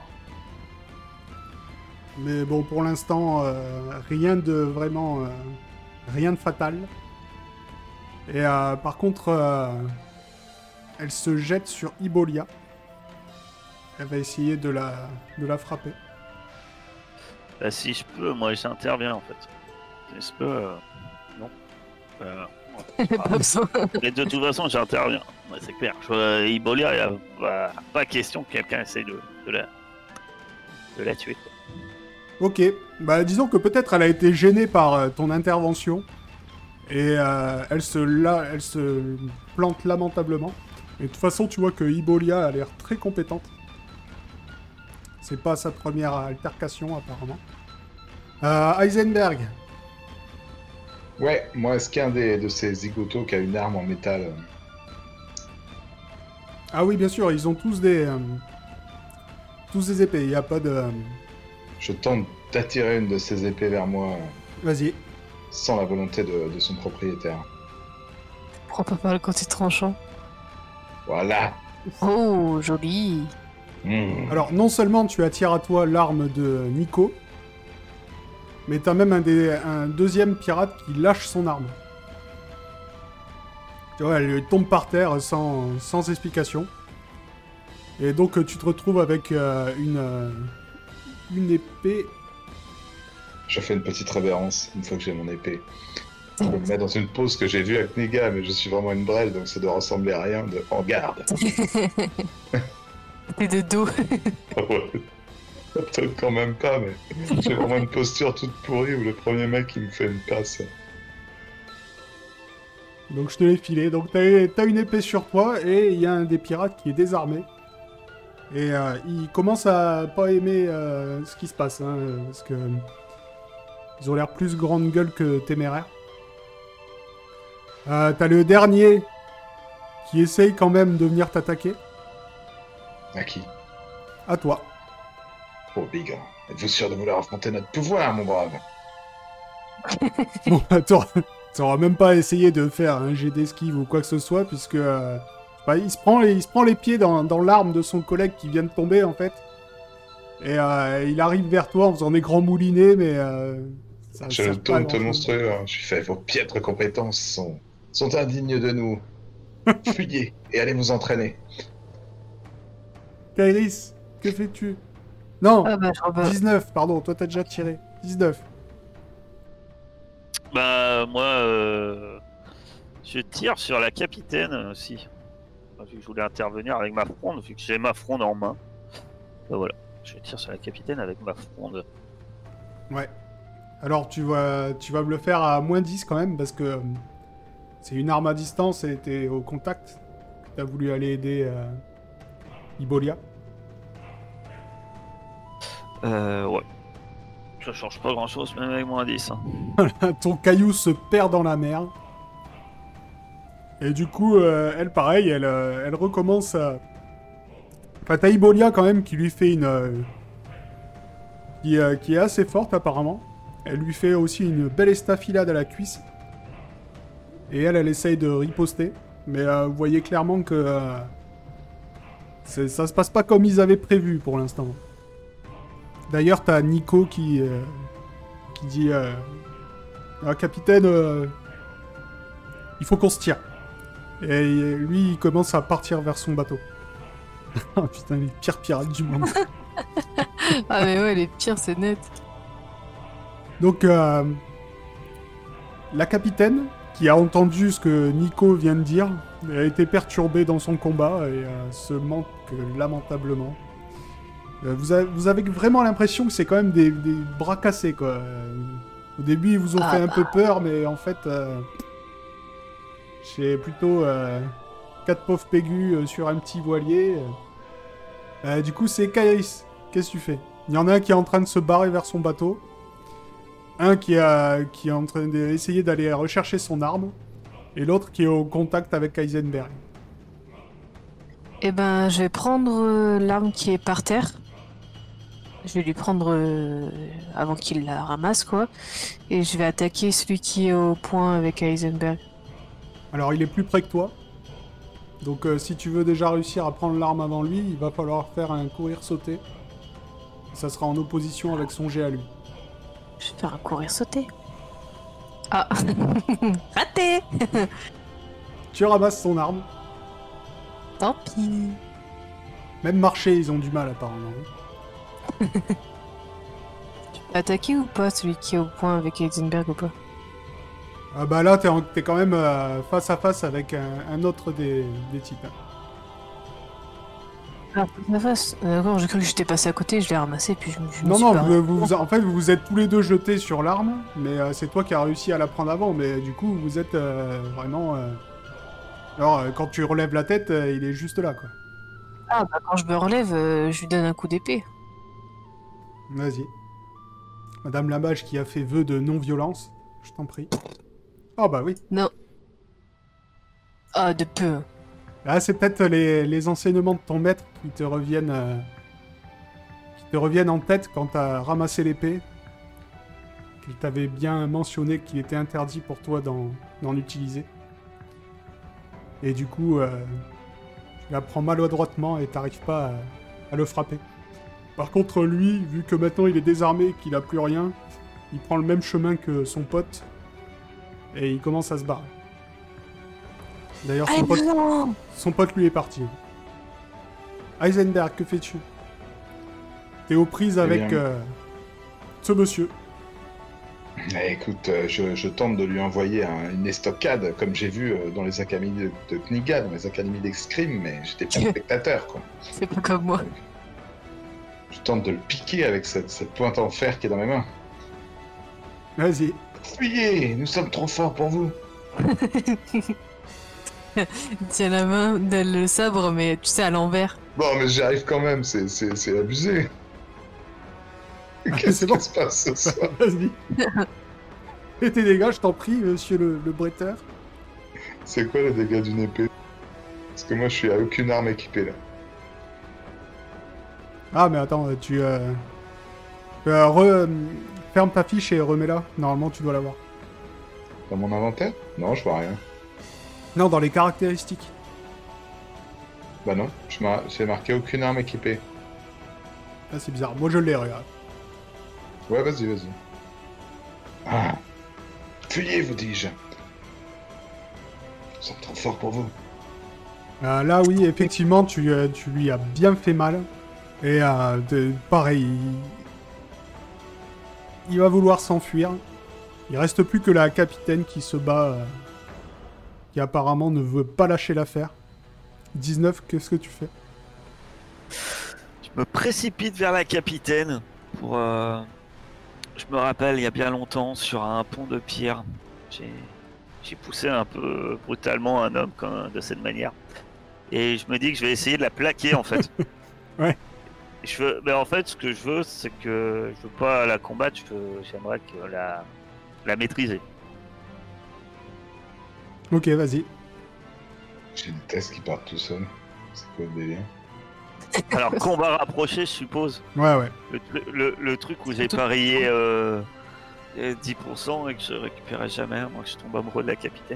Mais bon, pour l'instant, rien de fatal. Et par contre, elle se jette sur Ibolia. Elle va essayer de la frapper. bah, si je peux, moi j'interviens en fait. Si je peux, non. Pas besoin. Mais de toute façon, j'interviens. Ouais, c'est clair. Ibolia, il n'y a pas question que quelqu'un essaye de la tuer. Quoi. Ok, bah disons que peut-être elle a été gênée par ton intervention. Et elle se plante lamentablement. Et de toute façon, tu vois que Ibolia a l'air très compétente. C'est pas sa première altercation, apparemment. Heisenberg. Ouais, moi, est-ce qu'un de ces zigotos qui a une arme en métal Ah oui, bien sûr, ils ont tous des épées, il n'y a pas de... Je tente d'attirer une de ces épées vers moi Vas-y. sans la volonté de son propriétaire. Pourquoi pas le côté tranchant? Voilà. Oh, joli. Alors, non seulement tu attires à toi l'arme de Nico, mais t'as même un deuxième pirate qui lâche son arme. Tu vois, elle lui tombe par terre sans explication. Et donc, tu te retrouves avec une épée. Je fais une petite révérence une fois que j'ai mon épée. Je me mets dans une pose que j'ai vue avec Niga, mais je suis vraiment une brêle, donc ça doit ressembler à rien de en garde. T'es de dos. Ouais. Peut-être quand même pas, mais j'ai vraiment une posture toute pourrie où le premier mec qui me fait une passe. Donc je te l'ai filé. Donc t'as une épée sur toi et il y a un des pirates qui est désarmé. Et il commence à pas aimer ce qui se passe, hein, parce que ils ont l'air plus grande gueule que téméraire. T'as le dernier qui essaye quand même de venir t'attaquer. À qui? À toi. Oh, Bigre, êtes-vous sûr de vouloir affronter notre pouvoir, mon brave? Bon, t'auras même pas essayé de faire un jet d'esquive ou quoi que ce soit, puisque bah, il se prend les pieds dans l'arme de son collègue qui vient de tomber, en fait. Et il arrive vers toi en faisant des grands moulinets, mais ça Je sert le pas à tourne grand-chose. monstrueux, hein. Je lui fais, vos piètres compétences sont indignes de nous. Fuyez et allez vous entraîner. Kairis, que fais-tu? Non, Ah bah, je repars. 19, pardon, toi t'as déjà tiré. 19. Bah, moi, je tire sur la capitaine aussi. Enfin, vu que je voulais intervenir avec ma fronde, vu que j'ai ma fronde en main. Bah voilà, je tire sur la capitaine avec ma fronde. Ouais. Alors tu vas me le faire à moins 10 quand même, parce que c'est une arme à distance et t'es au contact. T'as voulu aller aider Ibolia. Ouais. Ça change pas grand chose, même avec moins 10. Hein. Ton caillou se perd dans la mer. Et du coup, elle, pareil, elle recommence à... Enfin, t'as Ibolia quand même qui lui fait une... qui est assez forte apparemment. Elle lui fait aussi une belle estafilade à la cuisse. Et elle essaye de riposter. Mais vous voyez clairement que... ça se passe pas comme ils avaient prévu pour l'instant. D'ailleurs, t'as Nico qui dit... Ah, capitaine, il faut qu'on se tire. Et lui, il commence à partir vers son bateau. Oh putain, les pires pirates du monde. Ah mais ouais, les pires, c'est net. Donc, la capitaine, qui a entendu ce que Nico vient de dire, a été perturbée dans son combat et se manque lamentablement. Vous avez vraiment l'impression que c'est quand même des bras cassés, quoi. Au début, ils vous ont fait un peu peur, mais en fait, c'est plutôt 4 pauvres pégus sur un petit voilier. Du coup, c'est Kairis. Qu'est-ce que tu fais? Il y en a un qui est en train de se barrer vers son bateau. Un qui est en train d'essayer d'aller rechercher son arme. Et l'autre qui est au contact avec Heisenberg. Eh ben, je vais prendre l'arme qui est par terre. Je vais lui prendre avant qu'il la ramasse, quoi. Et je vais attaquer celui qui est au point avec Heisenberg. Alors, il est plus près que toi. Donc, si tu veux déjà réussir à prendre l'arme avant lui, il va falloir faire un courir-sauter. Ça sera en opposition avec son jet à lui. Je vais faire un courir-sauter. Ah raté. Tu ramasses son arme. Tant pis. Même marcher, ils ont du mal apparemment. Attaquer ou pas celui qui est au point avec Heisenberg ou pas? Ah bah là, t'es quand même face à face avec un autre des types. Hein. Ah, face à face. D'accord, j'ai cru que j'étais passé à côté, je l'ai ramassé, puis je me suis Non, barré. en fait, vous vous êtes tous les deux jetés sur l'arme, mais c'est toi qui as réussi à la prendre avant, mais du coup, vous êtes vraiment... Alors, quand tu relèves la tête, il est juste là, quoi. Ah, bah quand je me relève, je lui donne un coup d'épée. Vas-y. Madame la mage qui a fait vœu de non-violence, je t'en prie. Oh bah oui. Non. Ah, de peu. Là, c'est peut-être les enseignements de ton maître qui te reviennent en tête quand t'as ramassé l'épée. Qu'il t'avait bien mentionné qu'il était interdit pour toi d'en utiliser. Et du coup, tu la prends maladroitement et t'arrives pas à le frapper. Par contre, lui, vu que maintenant il est désarmé et qu'il a plus rien, il prend le même chemin que son pote et il commence à se barrer. D'ailleurs, son pote lui est parti. Heisenberg, que fais-tu? T'es aux prises avec ce monsieur. Écoute, je tente de lui envoyer une estocade, comme j'ai vu dans les académies de Kniga, dans les académies d'escrime, mais j'étais pas spectateur, quoi. C'est pas comme moi. Je tente de le piquer avec cette pointe en fer qui est dans mes mains. Vas-y. Fuyez, nous sommes trop forts pour vous. Il tient la main, le sabre, mais tu sais, à l'envers. Bon, mais j'y arrive quand même, c'est abusé. Qu'est-ce qui se passe ce soir? Vas-y. Et tes dégâts, je t'en prie, monsieur le bretteur. C'est quoi les dégâts d'une épée? Parce que moi, je suis à aucune arme équipée, là. Ah, mais attends, tu... ferme ta fiche et remets-la. Normalement, tu dois l'avoir. Dans mon inventaire? Non, je vois rien. Non, dans les caractéristiques. Bah non, j'ai marqué aucune arme équipée. Ah, c'est bizarre. Moi, je l'ai, regarde. Ouais, vas-y. Ah. Fuyez, vous dis-je. Nous sommes trop forts pour vous. Là, oui, effectivement, tu lui as bien fait mal. Et pareil, il va vouloir s'enfuir. Il reste plus que la capitaine qui se bat, qui apparemment ne veut pas lâcher l'affaire. 19, qu'est-ce que tu fais? Je me précipite vers la capitaine pour... Je me rappelle, il y a bien longtemps, sur un pont de pierre, j'ai poussé un peu brutalement un homme de cette manière. Et je me dis que je vais essayer de la plaquer, en fait. Ouais. Mais en fait, ce que je veux, c'est que je veux pas la combattre, j'aimerais que la maîtriser. Ok, vas-y. J'ai des tests qui partent tout seuls. C'est quoi le délire? Alors, combat rapproché, je suppose. Ouais. Le truc où j'ai parié 10% et que je récupérais jamais, moi que je tombe amoureux de la capitaine.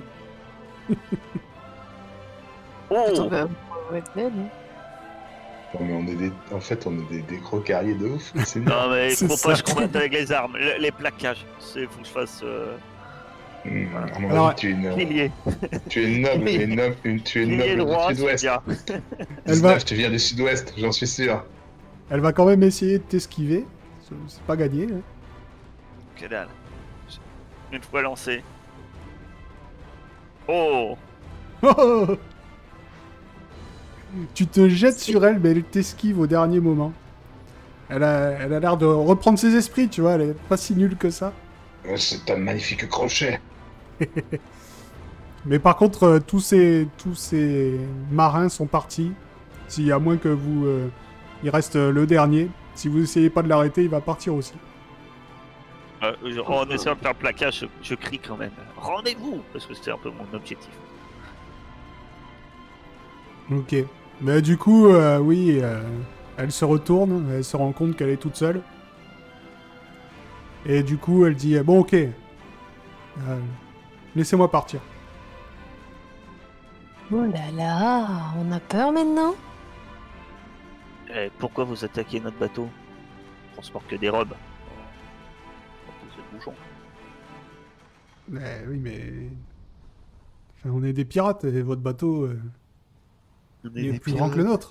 Oh! Non, mais on est des gros carriers de ouf. C'est Non, mais C'est faut ça. pas que je combatte avec les armes. Les plaquages, faut que je fasse À mon Alors, avis, tu es une pilier. noble, tu es une noble droit, du sud-ouest. bien. Elle va, Tu viens du sud-ouest, j'en suis sûr. elle va quand même essayer de t'esquiver. C'est pas gagné. Hein. Que dalle. Une fois lancé. Oh! Oh tu te jettes sur elle, mais elle t'esquive au dernier moment. Elle a l'air de reprendre ses esprits, tu vois. Elle est pas si nulle que ça. C'est un magnifique crochet. Mais par contre, tous ces marins sont partis. S'il y a moins que vous... il reste le dernier. Si vous essayez pas de l'arrêter, il va partir aussi. En essayant de faire le plaquage, je crie quand même. Rendez-vous, parce que c'est un peu mon objectif. Ok. Mais du coup, oui, elle se retourne, elle se rend compte qu'elle est toute seule. Et du coup, elle dit, bon, ok. Laissez-moi partir. Oh là là, on a peur maintenant? Pourquoi vous attaquez notre bateau? On transporte que des robes. Vous êtes bouchons. Oui, mais... Enfin, on est des pirates, et votre bateau, il est plus grand que le nôtre.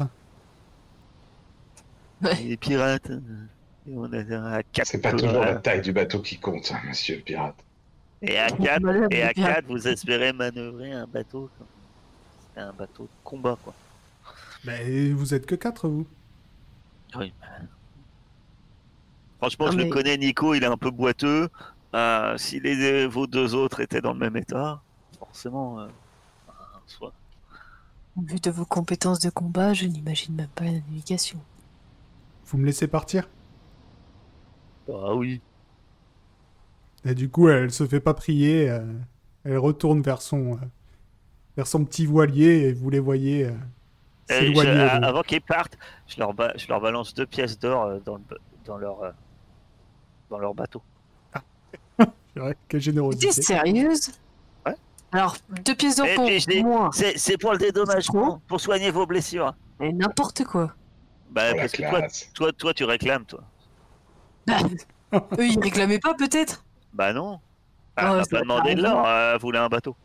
On est des pirates. Et on a 4. C'est pas toujours la taille du bateau qui compte, hein, monsieur le pirate. Et à 4, vous espérez manœuvrer un bateau. C'est un bateau de combat, quoi. Mais vous êtes que 4, vous. Oui. Franchement, je le connais, Nico, il est un peu boiteux. Si vos 2 autres étaient dans le même état, forcément, soit. Au vu de vos compétences de combat, je n'imagine même pas la navigation. Vous me laissez partir? Ah oui. Et du coup, elle se fait pas prier. Elle retourne vers son petit voilier et vous les voyez s'éloigner. Avant qu'ils partent, je leur balance 2 pièces d'or dans leur bateau. C'est vrai, quelle générosité. T'es sérieuse? Ouais. Alors, 2 pièces d'or pour moi. C'est pour le dédommagement, pour soigner vos blessures. Mais n'importe quoi. Bah, parce que toi, tu réclames, toi. Eux, ils réclamaient pas, peut-être? Bah non. T'as pas demandé de l'or, elle voulait un bateau.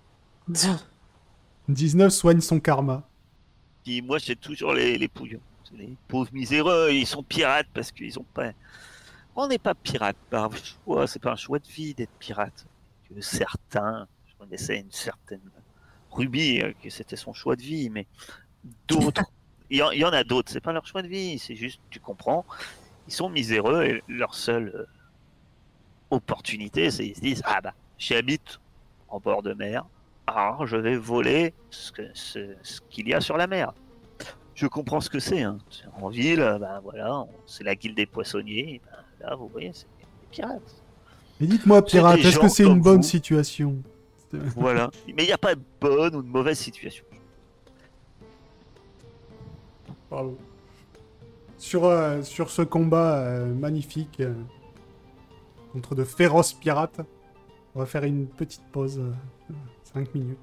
19 soigne son karma. Puis moi, j'ai toujours les pouillons. Les pauvres miséreux, ils sont pirates parce qu'ils ont pas... On n'est pas pirates par choix, c'est pas un choix de vie d'être pirate. Que certains, je connaissais une certaine Ruby, que c'était son choix de vie, mais d'autres, il y en a d'autres, c'est pas leur choix de vie, c'est juste, tu comprends, ils sont miséreux et leur seule opportunité, c'est ils se disent, ah bah, j'habite en bord de mer, alors je vais voler ce qu'il y a sur la mer. Je comprends ce que c'est, hein. En ville, ben voilà, c'est la guilde des poissonniers, ben là vous voyez, c'est des pirates. Et dites-moi, pirate, est-ce que c'est une bonne situation? Voilà, mais il n'y a pas de bonne ou de mauvaise situation. Bravo. Sur ce combat magnifique contre de féroces pirates, on va faire une petite pause, 5 minutes.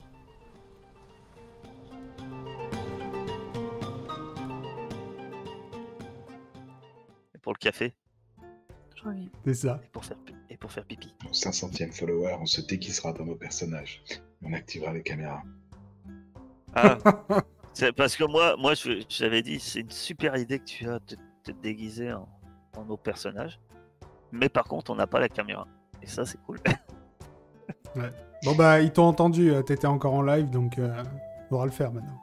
Et pour le café. C'est ça. Et pour faire pipi. Au 500e follower, on se déguisera dans nos personnages. On activera les caméras. Ah, c'est parce que moi j'avais dit, c'est une super idée que tu as de te déguiser en nos personnages. Mais par contre, on n'a pas la caméra. Et ça, c'est cool. Ouais. Bon bah, ils t'ont entendu, t'étais encore en live, donc on pourra le faire maintenant.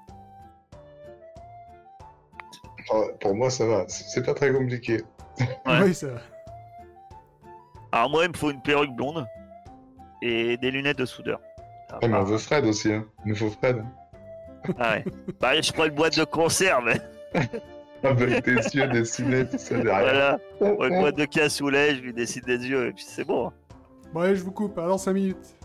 Pour moi, ça va. C'est pas très compliqué. Ouais. Oui, ça va. Alors moi, il me faut une perruque blonde et des lunettes de soudeur. Ah, mais on veut Fred aussi, hein. Il nous faut Fred. Ah ouais. Bah, je prends une boîte de conserve. Avec des yeux dessinés, tout ça derrière. Voilà. Une boîte de cassoulet, je lui dessine des yeux et puis c'est bon. Bon allez, je vous coupe, alors 5 minutes.